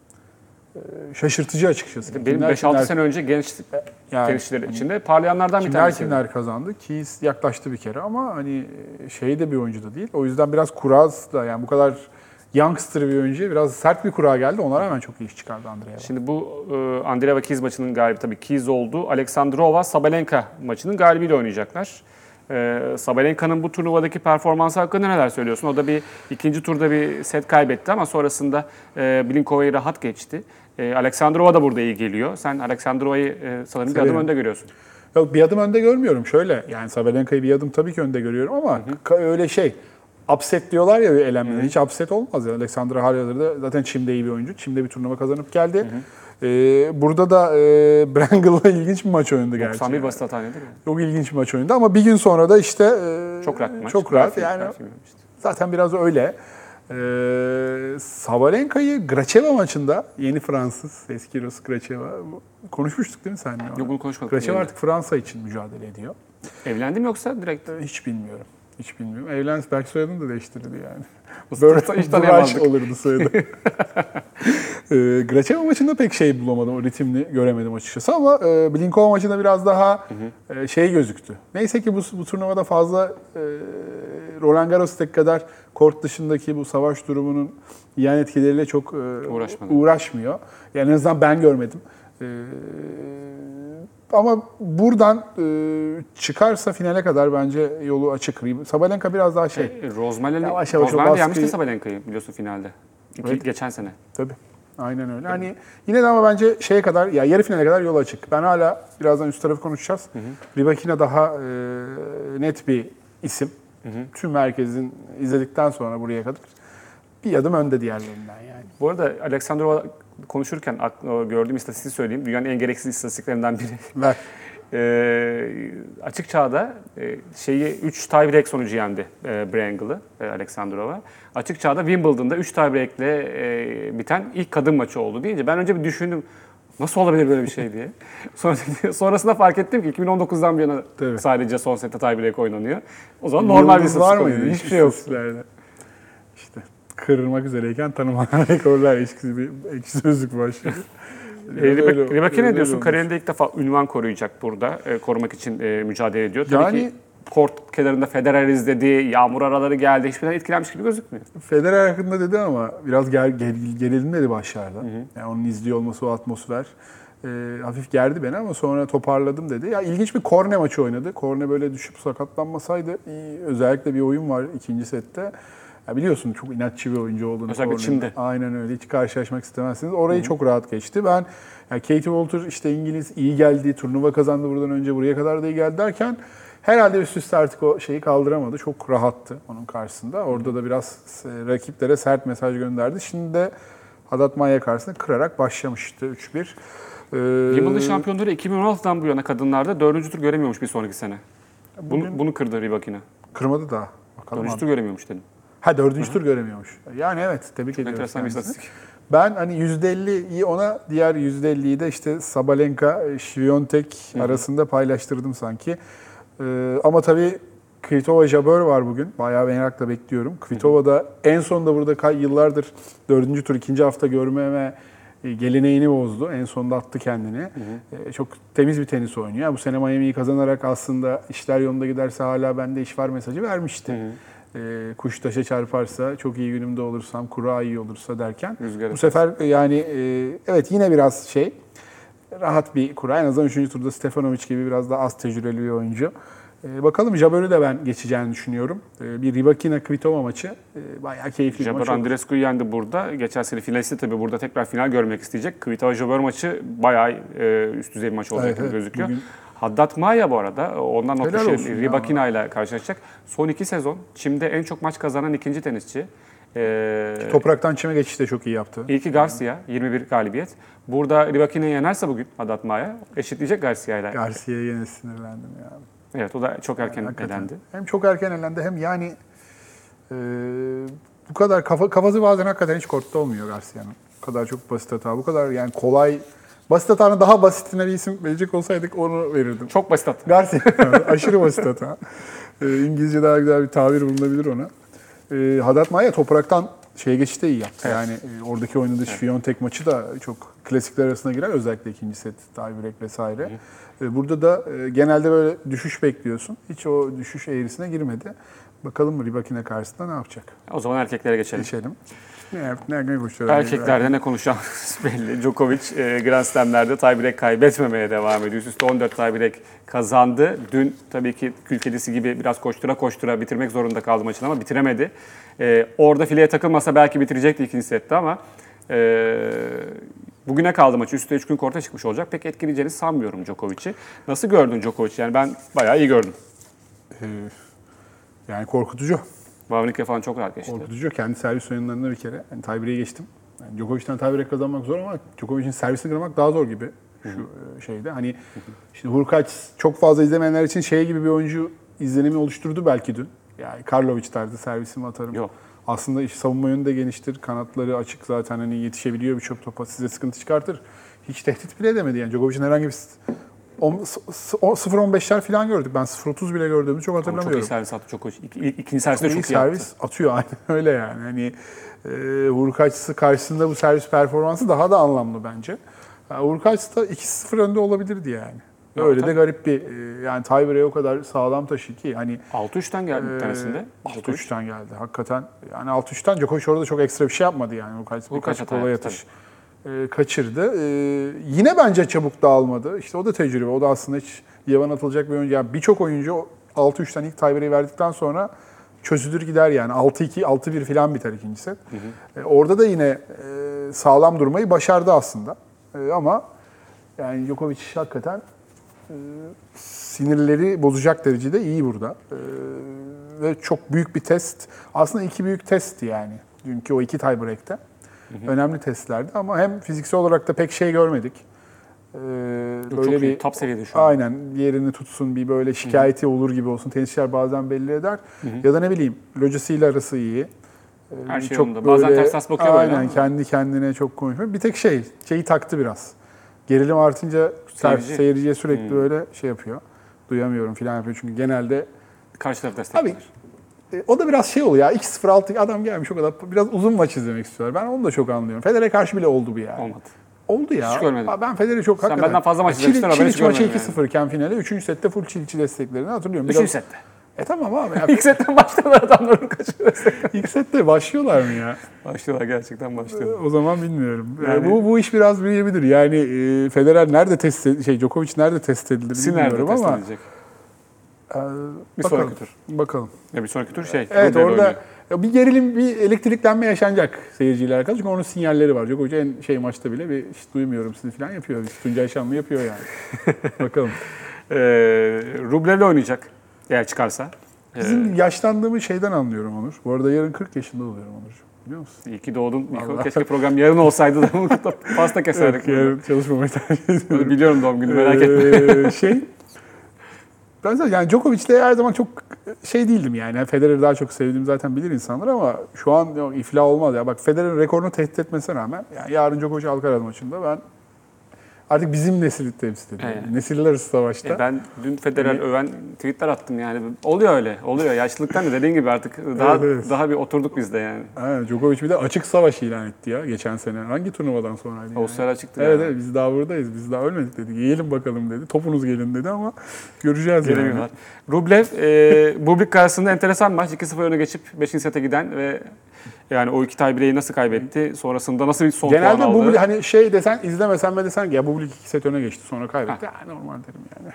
şaşırtıcı açıkçası. Benim beş altı sene önce genç yani, tenisçiler içinde parlayanlardan bir kimler tanesi. kimler kazandı. Keys yaklaştı bir kere ama hani şey de bir oyuncu da değil. O yüzden biraz kuraz da yani bu kadar youngster bir oyuncuya biraz sert bir kura geldi. Ona rağmen çok iyi iş çıkardı Andreeva. Şimdi bu e, Andreeva Keys maçının galibi tabii Keys oldu. Alexandrova Sabalenka maçının galibiyle oynayacaklar. E, Sabalenka'nın bu turnuvadaki performansı hakkında neler söylüyorsun? O da bir ikinci turda bir set kaybetti ama sonrasında e, Blinkova'yı rahat geçti. E, Alexandrova da burada iyi geliyor. Sen Alexandrova'yı e, sanırım bir adım önde görüyorsun. Yok bir adım önde görmüyorum. Şöyle yani Sabalenka'yı bir adım tabii ki önde görüyorum ama hı hı. öyle şey upset diyorlar ya elenmede. Hiç upset olmaz. Yani Alexandra halihazırda zaten Çim'de iyi bir oyuncu. Çim'de bir turnuva kazanıp geldi. Hı hı. Ee, burada da e, Brangle'la ilginç bir maç oynadı gerçekten. doksan bir basit hata nedir? Çok ilginç bir maç oynadı ama bir gün sonra da işte e, çok rahat maç. Çok rahat. Grafik, yani grafik işte. Zaten biraz öyle. Ee, Sabalenka'yı Gracheva maçında yeni Fransız, eski Rus Gracheva konuşmuştuk değil mi seninle? Yok bunu konuşmadık. Gracheva artık Fransa için mücadele ediyor. Evlendi mi yoksa direkt? Hiç bilmiyorum. Hiç bilmiyorum. Evlens belki soyadını da değiştirdi yani. Böyle hiç tanıyamazdık. olurdu soyadı. e, Gracheva maçında pek şey bulamadım. O ritimini göremedim açıkçası ama e, Blinkova maçında biraz daha hı hı. E, şey gözüktü. Neyse ki bu, bu turnuvada fazla e, Roland Garros'taki kadar kort dışındaki bu savaş durumunun yan etkileriyle çok e, uğraşmıyor. Yani en azından ben görmedim. E, Ama buradan e, çıkarsa finale kadar bence yolu açık. Sabalenka biraz daha şey. E, Rozmali Rozmali yenmişti Sabalenka'yı biliyorsun finalde. İki, evet. Geçen sene. Tabii. Aynen öyle. Hani yine de ama bence şeye kadar ya yarı finale kadar yol açık. Ben hala birazdan üst tarafı konuşacağız. Rybakina daha e, net bir isim. Hı hı. Tüm herkesin izledikten sonra buraya kadar bir adım önde diğerlerinden yani. Bu arada Alexandrova konuşurken gördüğüm istatistiği söyleyeyim. Dünyanın en gereksiz istatistiklerinden biri. Ver. e, açık çağda e, şeyi üç tiebreak sonucu yendi e, Brangle'ı e, Alexandrova. Açık çağda Wimbledon'da üç tiebreak'le e, biten ilk kadın maçı oldu deyince ben önce bir düşündüm. Nasıl olabilir böyle bir şey diye. Sonra, sonrasında fark ettim ki iki bin on dokuzdan bir yana Tabii. sadece son sette tiebreak oynanıyor. O zaman normal bir istatistik var mıydı? Hiçbir şey yok. İşte kırılmak üzereyken tanımanan rekorlar ekşisi bir ekşi sözlük başlıyor. Rybakina ne diyorsun? Kariyerinde ilk defa ünvan koruyacak burada. E, korumak için e, mücadele ediyor. Tabii yani, ki kort kenarında Federer izledi, yağmur araları geldi. Hiçbirden etkilenmiş gibi gözükmüyor. Federer hakkında dedi ama biraz ger, ger, gerildim dedi başlarda. Hı hı. Yani onun izliyor olması, o atmosfer e, hafif gerdi beni ama sonra toparladım dedi. Ya ilginç bir korne maçı oynadı. Korne böyle düşüp sakatlanmasaydı iyi, özellikle bir oyun var ikinci sette. Ya biliyorsun çok inatçı bir oyuncu olduğunu. Özellikle Çin'de. Aynen öyle. Hiç karşılaşmak istemezsiniz. Orayı Hı-hı. çok rahat geçti. Ben yani Katie Walter işte İngiliz iyi geldi. Turnuva kazandı buradan önce. Buraya kadar da iyi geldi derken herhalde üst üste artık o şeyi kaldıramadı. Çok rahattı onun karşısında. Orada da biraz rakiplere sert mesaj gönderdi. Şimdi de Haddad Maia karşısında kırarak başlamıştı üç bir. Ee, Wimbledon şampiyonları iki bin on altıdan bu yana kadınlarda dördüncü tur göremiyormuş bir sonraki sene. Bugün, bunu, bunu kırdı Rybakina. Kırmadı da. Bakalım dördüncü tur göremiyormuş dedim. Ha dördüncü Hı-hı. tur göremiyormuş. Yani evet tebrik Çok ediyoruz. Enteresan bir istatistik. Ben hani yüzde elliyi ona, diğer yüzde elliyi de işte Sabalenka, Świątek arasında paylaştırdım sanki. Ee, ama tabii Kvitova Jabeur var bugün. Bayağı merakla bekliyorum. Kvitova da en sonunda burada yıllardır dördüncü tur ikinci hafta görmeme geleneğini bozdu. En sonunda attı kendini. Hı hı. Ee, çok temiz bir tenis oynuyor. Bu sene Miami'yi kazanarak aslında işler yolunda giderse hala bende iş var mesajı vermişti. Hı hı. e, kuş taşa çarparsa, çok iyi günümde olursam, kura iyi olursa derken. Rüzgar bu sefer e, yani e, evet yine biraz şey rahat bir kura. En azından üçüncü turda Stefanovic gibi biraz daha az tecrübeli bir oyuncu. E, bakalım Jabber'ı da ben geçeceğini düşünüyorum. E, bir Rybakina-Kvitova maçı e, bayağı keyifli bir Jabber maç oldu. Andreescu'yu yendi burada. Geçen sene finalisti tabii burada tekrar final görmek isteyecek. Kvitova Jabber maçı bayağı e, üst düzey bir maç olacak Evet, gibi evet. gözüküyor. Bugün- Haddad Maya bu arada ondan not Helal dışı olsun ya. Rybakina ile karşılaşacak. Son iki sezon Çim'de en çok maç kazanan ikinci tenisçi. E, Topraktan çime geçişte çok iyi yaptı. İlki Garcia yirmi bir galibiyet. Burada Rybakina'yı yenerse bugün Haddad Maya eşitleyecek Garcia ile. Garcia'ya yine sinirlendim ya. Evet o da çok erken Hakikaten. elendi. Hem çok erken elendi hem yani e, bu kadar kafa, kafası bazen hakikaten hiç kortta olmuyor Garcia'nın. Bu kadar çok basit hata, bu kadar yani kolay. Basit hatanın daha basitine bir isim verecek olsaydık onu verirdim. Çok basit at. Garcia aşırı basit hata. E, İngilizce daha güzel bir tabir bulunabilir ona. E, Haddad Maya topraktan şeye geçişte iyi yaptı. Evet. Yani e, oradaki oynadığı Świątek maçı da çok klasikler arasına girer. Özellikle ikinci set, tiebreak vesaire. E, burada da e, genelde böyle düşüş bekliyorsun. Hiç o düşüş eğrisine girmedi. Bakalım Rybakina karşısında ne yapacak? O zaman erkeklere geçelim. Geçelim. Ne, ne, ne konuşuyoruz? Erkeklerde ne konuşacağımız belli. Djokovic e, Grand Slam'lerde tiebreak kaybetmemeye devam ediyor. Üst üste on dört tiebreak kazandı. Dün tabii ki kül kedisi gibi biraz koştura koştura bitirmek zorunda kaldı maçını ama bitiremedi. E, orada fileye takılmasa belki bitirecekti ikinci sette ama e, bugüne kaldı maçı. Üstte üç gün korta çıkmış olacak. Pek etkileyeceğini sanmıyorum Djokovic'i. Nasıl gördün Djokovic'i? Yani ben bayağı iyi gördüm. Ee, yani korkutucu. Wawrinka falan çok rahat geçti. Korkutucu. Kendi servis oyunlarında bir kere. Yani tiebreak'e geçtim. Yani Djokovic'ten tiebreak kazanmak zor ama Djokovic'in servisini kırmak daha zor gibi şu e, şeyde. Hani şimdi Hurkacz çok fazla izlemeyenler için şey gibi bir oyuncu izlenimi oluşturdu belki dün. Yani Karlovic tarzı servisimi atarım. Yok. Aslında iş savunma yönü de geniştir. Kanatları açık zaten hani yetişebiliyor birçok topa. Size sıkıntı çıkartır. Hiç tehdit bile edemedi yani. Djokovic'in herhangi bir sıfır on beşler falan gördük. Ben sıfır otuz bile gördüğümü çok Ama hatırlamıyorum. çok iyi servis attı Djokovic. İk, ilk- ikinci serviste İyi çok iyi servis yaptı. atıyor aynen öyle yani. Hani e, Hurkacz'ı karşısında bu servis performansı daha da anlamlı bence. Yani Hurkacz da iki sıfır önde olabilirdi yani. Ya, Öyle tabii. de garip bir e, yani tiebreak'e o kadar sağlam taşı ki hani altı üçten geldi bir tanesinde. altı üçten geldi hakikaten. Yani altı üçten Djokovic orada çok ekstra bir şey yapmadı yani. Hurkacz birkaç hata kolay yaptı, atış e, kaçırdı. E, yine bence çabuk dağılmadı. İşte o da tecrübe. O da aslında hiç yavan atılacak bir oyuncu. Yani birçok oyuncu altı üçten ilk tiebreak'i verdikten sonra çözülür gider yani. altı iki, altı bir falan biter ikinci set. Hı hı. E, orada da yine e, sağlam durmayı başardı aslında. E, ama yani Djokovic hakikaten e, sinirleri bozacak derecede iyi burada. E, ve çok büyük bir test. Aslında iki büyük testti yani. Dünkü o iki tiebreak'te. Hı hı. Önemli testlerdi ama hem fiziksel olarak da pek şey görmedik. Ee, Yok, böyle çok iyi, bir top seviyede şu an. aynen yerini tutsun, bir böyle şikayeti Hı-hı. olur gibi olsun. Tenisçiler bazen belli eder. Hı-hı. Ya da ne bileyim lojisiyle arası iyi. Ee, Her şey yolunda. Bazen ters ters bakıyor aynen, böyle. kendi kendine çok konuşmuyor. Bir tek şey, şeyi taktı biraz. Gerilim artınca Seyirci. seyirciye sürekli Hı. böyle şey yapıyor. Duyamıyorum falan yapıyor çünkü genelde Karşı taraf destekler. Abi e, o da biraz şey oluyor ya iki sıfır altı adam gelmiş o kadar biraz uzun maç izlemek istiyorlar. Ben onu da çok anlıyorum. Federer'e karşı bile oldu bu yani. Olmadı. Oldu ya. Hiç görmedim. Ben Federer'i çok Sen hakikaten. benden fazla maç Çiliç- izlemiştin ama ben hiç Çiliç maçı görmedim iki sıfır iken finale üçüncü sette full Çiliç'i desteklerini hatırlıyorum. Biraz- Üçüncü sette. E tamam abi. Ya, İlk setten başladılar adamların kaçırdı. ilk sette başlıyorlar mı ya? Başlıyorlar gerçekten başlıyorlar. O zaman bilmiyorum. Yani Yani- bu bu iş biraz büyüyebilir. Yani e, Federer nerede test ed- şey Djokovic nerede test edilir Sinir'de bilmiyorum test ama edilecek. e, Bir bakalım. sonraki tur. Bakalım. Ya bir sonraki tur şey. Evet Rublev orada oynuyor. ya bir gerilim, bir elektriklenme yaşanacak seyirciyle alakalı. Çünkü onun sinyalleri var. Djokovic en şey maçta bile bir hiç duymuyorum sizi falan yapıyor. Tuncay Şanlı yapıyor yani. Bakalım. Ee, Rublev'le oynayacak eğer çıkarsa. Bizim yaşlandığımız şeyden anlıyorum Onur. Bu arada yarın kırk yaşında oluyorum Onur. Biliyor musun? İyi ki doğdun. Niko. Vallahi. Keşke program yarın olsaydı da pasta keserdik. Evet, yarın çalışmamayı tercih ediyorum. Biliyorum doğum günü merak etme. Ee, şey, ben zaten yani Djokovic'le her zaman çok şey değildim yani. yani Federer'i daha çok sevdiğimi zaten bilir insanlar ama şu an yok, iflah olmaz ya. Bak Federer'in rekorunu tehdit etmesine rağmen yani yarın Djokovic Alcaraz maçında ben Artık bizim nesili temsil ediyor. Evet. Nesiller arası savaşta. E ben dün Federer öven tweetler attım yani. Oluyor öyle. Oluyor. Yaşlılıktan da dediğin gibi artık daha Evet, evet. daha bir oturduk biz de yani. Aynen, Djokovic bir de açık savaş ilan etti ya geçen sene. Hangi turnuvadan sonraydı? yani? Avustralya çıktı Evet, yani. evet, biz daha buradayız. Biz daha ölmedik dedi. Yiyelim bakalım dedi. Topunuz gelin dedi ama göreceğiz yani. Gelemiyorlar. Rublev, e, Bublik karşısında enteresan maç. iki sıfır öne geçip beşinci sete giden ve yani o iki tiebreak'i nasıl kaybetti? Sonrasında nasıl bir son Genelde puan aldı? Bublik hani şey desen izlemesen ben desen ki ya Bublik iki set öne geçti sonra kaybetti. Ya normal derim yani.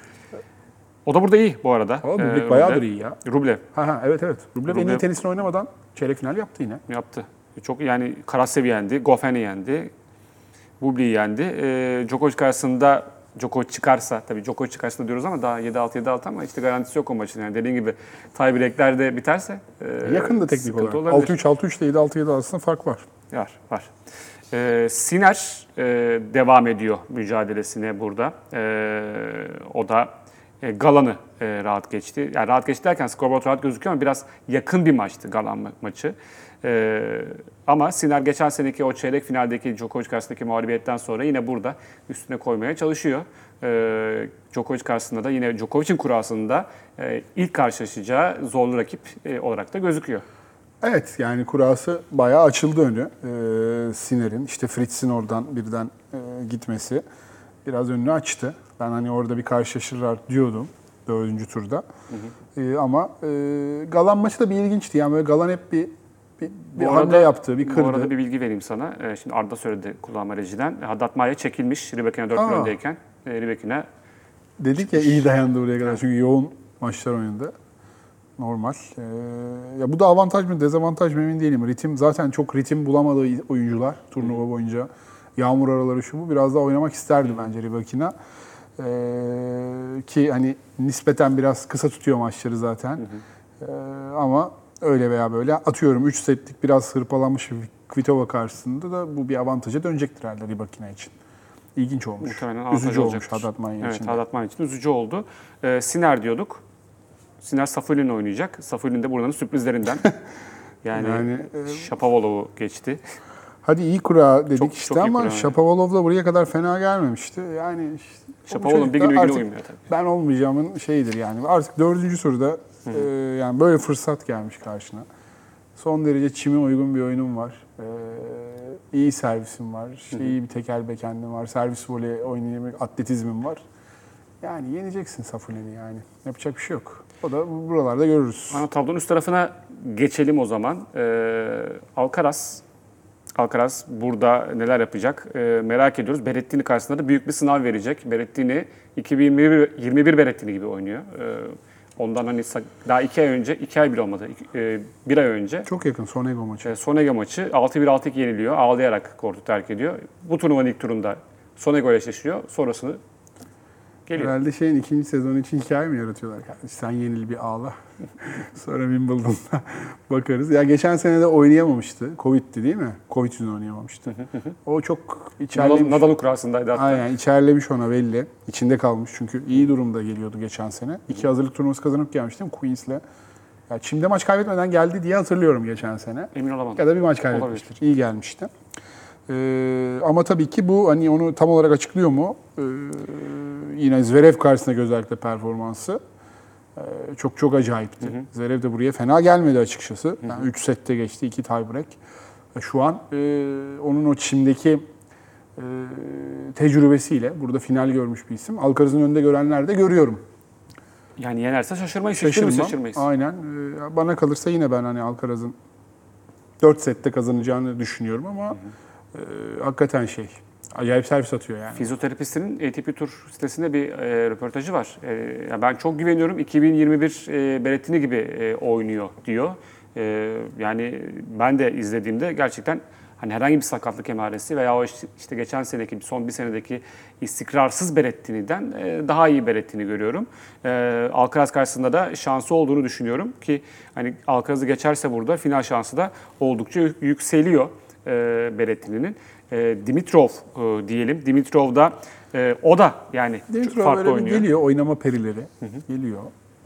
O da burada iyi bu arada. Ama Bublik Ee, bayağıdır Rublev. iyi ya. Rublev Ha ha evet evet. Rublev en iyi Rublev- tenisini oynamadan çeyrek final yaptı yine. yaptı. Çok yani Karasev'i yendi, Goffen'i yendi, Bublik'i yendi. Ee, Djokovic karşısında Djokovic çıkarsa, tabii Djokovic karşısında diyoruz ama daha yedi altı yedi altı ama işte garantisi yok o maçın. Yani dediğin gibi tiebreak'ler de biterse e, Yakın da teknik sıkıntı olarak. olabilir. altı üç altı üç ile yedi altı yedi arasında fark var. Var, var. Ee, Sinner e, devam ediyor mücadelesine burada. Ee, o da e, Galan'ı e, rahat geçti. Yani rahat geçti derken skorboard rahat gözüküyor ama biraz yakın bir maçtı Galan ma- maçı. Ee, ama Sinner geçen seneki o çeyrek finaldeki Djokovic karşısındaki mağlubiyetten sonra yine burada üstüne koymaya çalışıyor. Ee, Djokovic karşısında da yine Djokovic'in kurasında e, ilk karşılaşacağı zorlu rakip e, olarak da gözüküyor. Evet yani kurası bayağı açıldı önü. Ee, Sinner'in işte Fritz'in oradan birden e, gitmesi biraz önünü açtı. Ben hani orada bir karşılaşırlar diyordum dördüncü turda. Hı hı. Ee, ama e, Galan maçı da bir ilginçti. Yani böyle Galan hep bir bir, bir Bu hamle arada- yaptı, bir kırdı. Bu arada bir bilgi vereyim sana. Ee, Şimdi Arda söyledi kulağıma rejiden. Haddad Maia çekilmiş Ribakina dört bir Aa. öndeyken. E, Ribakina Dedik ya iyi dayandı buraya kadar çünkü yoğun maçlar oynadı. Normal. Ee, ya bu da avantaj mı dezavantaj mı emin değilim. Ritim zaten çok ritim bulamadığı oyuncular turnuva boyunca. Yağmur araları şu bu biraz daha oynamak isterdi bence Ribakina. Ee, ki hani nispeten biraz kısa tutuyor maçları zaten. Ee, ama öyle veya böyle atıyorum üç setlik biraz hırpalanmış bir Kvitova karşısında da bu bir avantaja dönecektir herhalde Ribakina için. İlginç olmuş. muhtemelen Üzücü avantaj olmuş olacaktır. Haddad Maia Evet, için. de. Haddad Maia için üzücü oldu. Ee, Sinner diyorduk. Sinner Safiulin'le oynayacak. Safiulin de buranın sürprizlerinden. Yani, Yani, Shapovalov'u geçti. Hadi iyi kura dedik Çok- işte çok iyi ama kura. Shapovalov da buraya kadar fena gelmemişti. Yani işte, o Shapovalov'un bir çocuk da günü bir günü artık uymuyor tabii. ben olmayacağımın şeyidir yani. Artık dördüncü soruda e, yani böyle fırsat gelmiş karşına. Son derece çime uygun bir oyunum var. E, iyi servisim var. İşte iyi bir tekel bekendim var. Servis voley oynayabilmek, atletizmim var. Yani yeneceksin Safiulin'i yani. Yapacak bir şey yok. O da buralarda görürüz. Ana tablonun üst tarafına geçelim o zaman. Ee, Alcaraz. Alcaraz burada neler yapacak ee, merak ediyoruz. Berrettini karşısında da büyük bir sınav verecek. Berrettini iki bin yirmi bir, yirmi bir Berrettini gibi oynuyor. Ee, ondan hani sa- daha iki ay önce, iki ay bile olmadı, iki- e, bir ay önce Çok yakın Sonego maçı. e, Sonego maçı altı bir altı iki yeniliyor. Ağlayarak kortu terk ediyor. Bu turnuvanın ilk turunda Sonego ile eşleşiyor. Sonrasını geliyor. Herhalde şeyin ikinci sezonu için hikaye mi yaratıyorlar? Kardeş, sen yenil bir ağla. Sonra Wimbledon'da bakarız. Ya geçen sene de oynayamamıştı. Covid'ti değil mi? Covid yüzünden oynayamamıştı. O çok Nadal, içerlemiş. Nadal'ın kurasındaydı hatta. Aynen içerlemiş ona belli. İçinde kalmış çünkü iyi durumda geliyordu geçen sene. İki hazırlık turnuvası kazanıp gelmişti değil mi Queens'le? Ya Çim'de maç kaybetmeden geldi diye hatırlıyorum geçen sene. Emin olamadım. Ya da bir maç kaybetmiştir. İyi gelmişti. Ee, ama tabii ki bu hani onu tam olarak açıklıyor mu? Ee, yine Zverev karşısındaki özellikle performansı ee, çok çok acayipti. Hı hı. Zverev de buraya fena gelmedi açıkçası. Yani üç sette geçti, iki tiebreak. Şu an e, onun o Çim'deki e, tecrübesiyle burada final görmüş bir isim. Alcaraz'ın önünde görenler de görüyorum. Yani yenerse şaşırmayız. Şaşırmayız. Şaşırmam. şaşırmayız. Aynen. Ee, bana kalırsa yine ben hani Alcaraz'ın dört sette kazanacağını düşünüyorum ama hı hı. E, hakikaten şey acayip servis atıyor yani. Fizyoterapistinin A T P Tour sitesinde bir e, röportajı var. E, yani ben çok güveniyorum. iki bin yirmi bir e, Berrettini gibi e, oynuyor diyor. E, yani ben de izlediğimde gerçekten hani herhangi bir sakatlık emaresi veya o işte, işte geçen seneki son bir senedeki istikrarsız Berrettini'den e, daha iyi Berrettini görüyorum. E, Alcaraz karşısında da şansı olduğunu düşünüyorum ki hani Alcaraz'ı geçerse burada final şansı da oldukça yükseliyor e, Berrettini'nin. E, Dimitrov e, diyelim. Dimitrov da e, o da yani Dimitrov farklı böyle bir oynuyor. geliyor oynama perileri. Hı hı. Geliyor.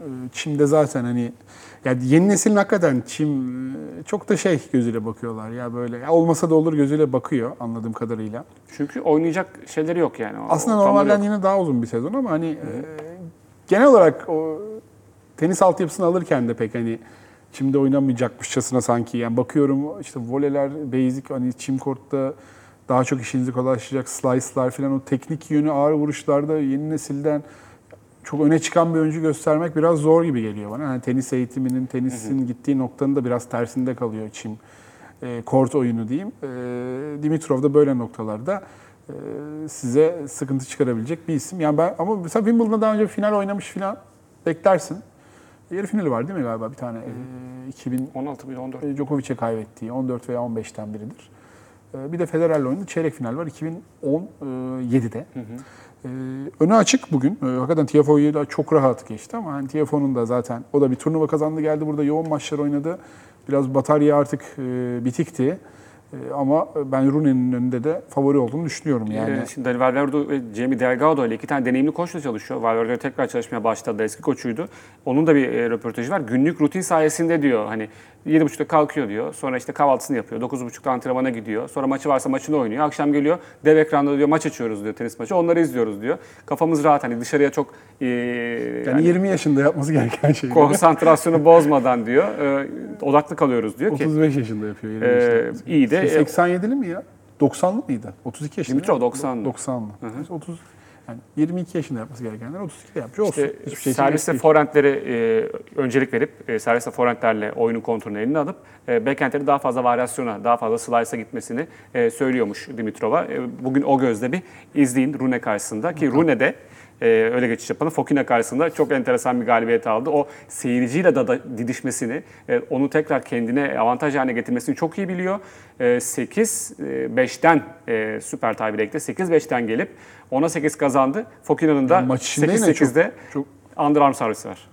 Çim'de zaten hani yani yeni neslin hakikaten Çim e, çok da şey gözüyle bakıyorlar ya böyle ya olmasa da olur gözüyle bakıyor anladığım kadarıyla. Çünkü oynayacak şeyleri yok yani. O- Aslında ortamları normalden yok. yine daha uzun bir sezon ama hani e, genel olarak o tenis altyapısını alırken de pek hani Çim'de oynamayacakmışçasına sanki yani bakıyorum işte voleler basic hani Çim kortta daha çok işinizi kolaylaştıracak slice'lar falan o teknik yönü ağır vuruşlarda yeni nesilden çok öne çıkan bir oyuncu göstermek biraz zor gibi geliyor bana. Yani tenis eğitiminin, tenisin hı hı. gittiği noktanın da biraz tersinde kalıyor Çim. E, kort oyunu diyeyim. E, Dimitrov da böyle noktalarda e, size sıkıntı çıkarabilecek bir isim. Yani ben ama mesela Wimbledon'da daha önce final oynamış falan beklersin. Yarı finali var değil mi galiba bir tane? Hı hı. E, iki bin on altı on dört Djokovic'e kaybettiği on dört veya on beşten biridir. E, bir de Federer'le oynadı. Çeyrek final var iki bin on yedide. Hı hı. Ee, önü açık bugün. Ee, hakikaten T F O'yu da çok rahat geçti ama hani T F O'nun da zaten o da bir turnuva kazandı geldi burada yoğun maçlar oynadı. Biraz batarya artık e, bitikti. E, ama ben Rune'nin önünde de favori olduğunu düşünüyorum yani. Ee, şimdi Valverde ve Jamie Delgado ile iki tane deneyimli koçla çalışıyor. Valverde tekrar çalışmaya başladı. Eski koçuydu. Onun da bir e, röportajı var. Günlük rutin sayesinde diyor hani yedi buçukta kalkıyor diyor. Sonra işte kahvaltısını yapıyor. dokuz buçukta antrenmana gidiyor. Sonra maçı varsa maçını oynuyor. Akşam geliyor. Dev ekranda diyor maç açıyoruz diyor tenis maçı. Onları izliyoruz diyor. Kafamız rahat hani dışarıya çok e, yani, yani yirmi yaşında yapması gereken şey. konsantrasyonu bozmadan diyor. E, odaklı kalıyoruz diyor ki. otuz beş yaşında yapıyor. yirmi e, yaşında. iyi de. seksen yedili mi ya? doksanlı mıydı? otuz iki yaşında. Dimitrov doksanlı. doksanlı. Hı hı. otuz Yani yirmi iki yaşında yapması gerekenler otuz ikide yapmış. Olsun. İşte Hiçbir şey serviste forehandlere e, öncelik verip e, serviste forehandlerle oyunun kontrolünü eline alıp e, backhandleri daha fazla varyasyona, daha fazla slice'a gitmesini e, söylüyormuş Dimitrov'a. E, bugün o gözle bir izleyin Rune karşısında ki Rune'de e, öyle geçiş yapalım. Fokina karşısında çok enteresan bir galibiyet aldı. O seyirciyle de, da didişmesini, e, onu tekrar kendine avantaj haline getirmesini çok iyi biliyor. E, sekiz beşten e, Süper Tiebreak'te sekiz beşten gelip ona sekiz kazandı. Fokina'nın da maç içinde sekiz yine çok- sekizde çok- underarm servisi var.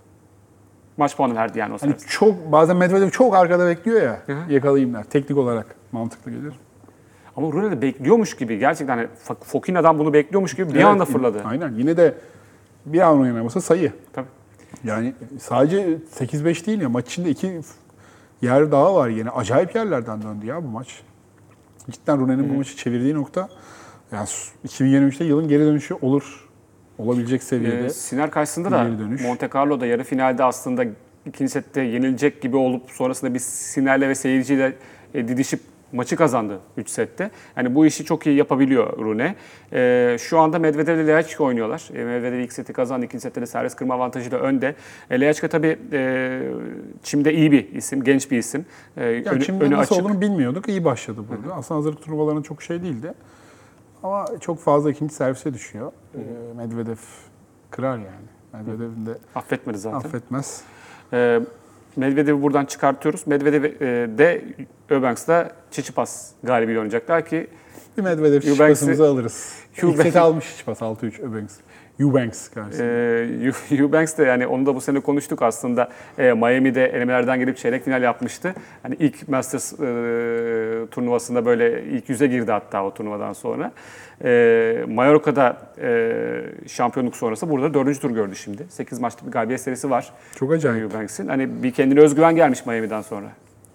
Maç puanı verdi yani o Hani servis. çok bazen Medvedev çok arkada bekliyor ya. Hı hı. Yakalayayım der. Teknik olarak mantıklı gelir. Ama Rune de bekliyormuş gibi gerçekten hani Fok- Fokina'dan bunu bekliyormuş gibi bir Evet, anda fırladı. Aynen. Yine de bir an oynamasa sayı. Tabii. Yani sadece sekiz beş değil ya. Maç içinde iki yer daha var yine. Acayip yerlerden döndü ya bu maç. Cidden Rune'nin bu maçı çevirdiği nokta yani iki bin yirmi üçte yılın geri dönüşü olur. Olabilecek seviyede. Ee, Sinner karşısında bir da geri dönüş. Monte Carlo'da yarı finalde aslında ikinci sette yenilecek gibi olup sonrasında bir Sinner'le ve seyirciyle e, didişip maçı kazandı üç sette. Yani bu işi çok iyi yapabiliyor Rune. Ee, şu anda Medvedev ile Lehachka oynuyorlar. E, Medvedev ilk seti kazandı. İkinci sette de servis kırma avantajıyla önde. E, Lehachka tabii e, Çim'de iyi bir isim, genç bir isim. E, Yani önü, şimdi önü nasıl açık. olduğunu bilmiyorduk. İyi başladı burada. Aslında hazırlık turnuvalarına çok şey değildi. Ama çok fazla ikinci servise düşüyor. Ee, Medvedev kırar yani. Medvedev'in de Affetmedi zaten. affetmez. E, Medvedev'i buradan çıkartıyoruz. Medvedev e, de Eubanks'da Tsitsipas galibiyle oynayacaklar ki Bir Medvedev Eubanks'i- şişpasımızı alırız. İlk Eubanks- seti almış şişpas altı üç Eubanks. Eubanks karşısında. Ee, Eubanks de yani onu da bu sene konuştuk aslında. Ee, Miami'de elemelerden gelip çeyrek final yapmıştı. Hani ilk Masters e, turnuvasında böyle ilk yüze girdi hatta o turnuvadan sonra. Ee, Mallorca'da e, şampiyonluk sonrası burada dördüncü tur gördü şimdi. sekiz maçlık bir galibiyet serisi var Çok acayip. Eubanks'in. Hani bir kendine özgüven gelmiş Miami'den sonra.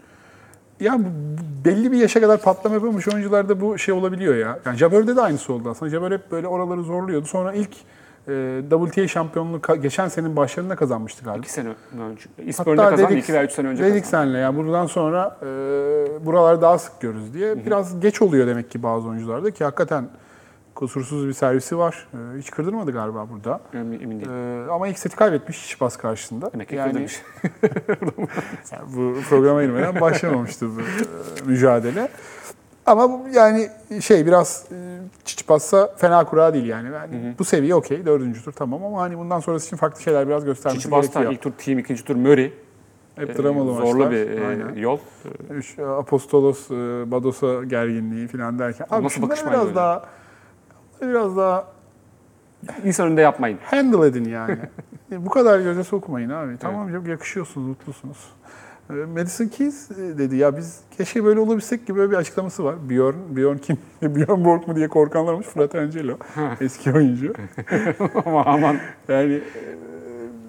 Ya bu- belli bir yaşa kadar patlama yapılmış oyuncularda bu şey olabiliyor ya. Yani Jabber'de de aynısı oldu aslında. Jabber hep böyle oraları zorluyordu. Sonra ilk e, W T A şampiyonluğu ka- geçen senenin başlarında kazanmıştı galiba. İki sene önce. İsp önce kazandı, iki veya üç sene önce dedik kazandı. senle ya buradan sonra e, buraları daha sık görürüz diye. Hı hı. Biraz geç oluyor demek ki bazı oyuncularda ki hakikaten kusursuz bir servisi var. E, hiç kırdırmadı galiba burada. Emin emin değilim. E, ama ilk seti kaybetmiş Tsitsipas karşısında. Demek ki yani, kırdırmış. yani bu programa girmeden başlamamıştı bu e, mücadele. Ama bu yani şey biraz e, Tsitsipas'a fena kura değil yani. yani hı hı. Bu seviye okey, dördüncü tur tamam ama hani bundan sonrası için farklı şeyler biraz göstermesi Tsitsipas'ta gerekiyor. ilk tur team, ikinci tur Murray. Hep Ee, dramalı Zorlu maçlar. bir e, Aynen. yol. Üç, Apostolos, e, Bados'a gerginliği falan derken. Abi Nasıl şunları bakışmayla biraz öyle? daha biraz daha İnsan önünde yapmayın. handle edin yani. Bu kadar göze sokmayın abi. Tamam çok yakışıyorsunuz, mutlusunuz. E, Madison Keys e, dedi ya biz keşke böyle olabilsek gibi böyle bir açıklaması var. Bjorn, Bjorn kim? Bjorn Borg mu diye korkanlar olmuş. Fratangelo. Eski oyuncu. Ama aman. Yani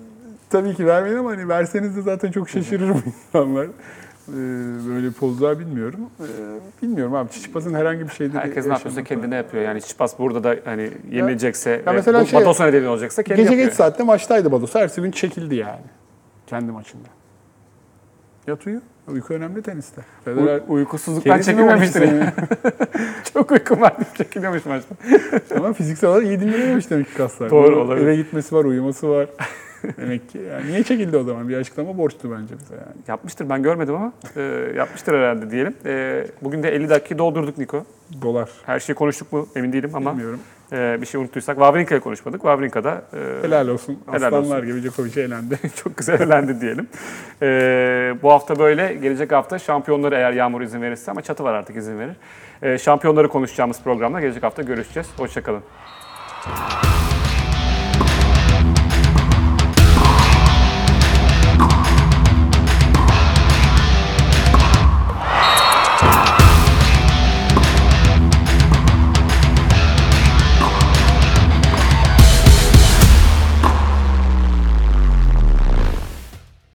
Tabii ki vermeyin ama hani verseniz de zaten çok şaşırır bu insanlar. Ee, böyle pozlar bilmiyorum. Ee, bilmiyorum abi. Çiçipas'ın herhangi bir şeyde Herkes ne yapıyorsa yaşamak kendine yapıyor. Yani Çiçipas burada da hani yenilecekse, Ya ve mesela bu şey- Badosa nedeni olacaksa kendi Gece yapıyor. geç saatte maçtaydı Bados. Ertesi gün çekildi yani. Kendi maçında. Yat uyu. Uyku önemli teniste. Federer Uy- uykusuzluktan Kendisi mi çekilmemiştir. oynamıştı Çok uykum var. Çekiliyormuş maçta. Ama fiziksel olarak iyi dinlememiş demek ki kaslar. Doğru, olabilir. Eve gitmesi var, uyuması var. Demek ki yani niye çekildi o zaman? Bir açıklama borçlu bence bize yani. Yapmıştır, ben görmedim ama e, yapmıştır herhalde diyelim. E, bugün de elli dakikayı doldurduk Niko. Dolar. Her şeyi konuştuk mu emin değilim ama Bilmiyorum. e, bir şey unuttuysak. Wawrinka'yı konuşmadık. Wawrinka da e, Helal olsun. Helal Aslanlar olsun. gibi Djokovic'e elendi. çok güzel elendi diyelim. E, bu hafta böyle, gelecek hafta şampiyonları, eğer Yağmur izin verirse, ama Çatı var artık izin verir. E, şampiyonları konuşacağımız programda gelecek hafta görüşeceğiz. Hoşçakalın.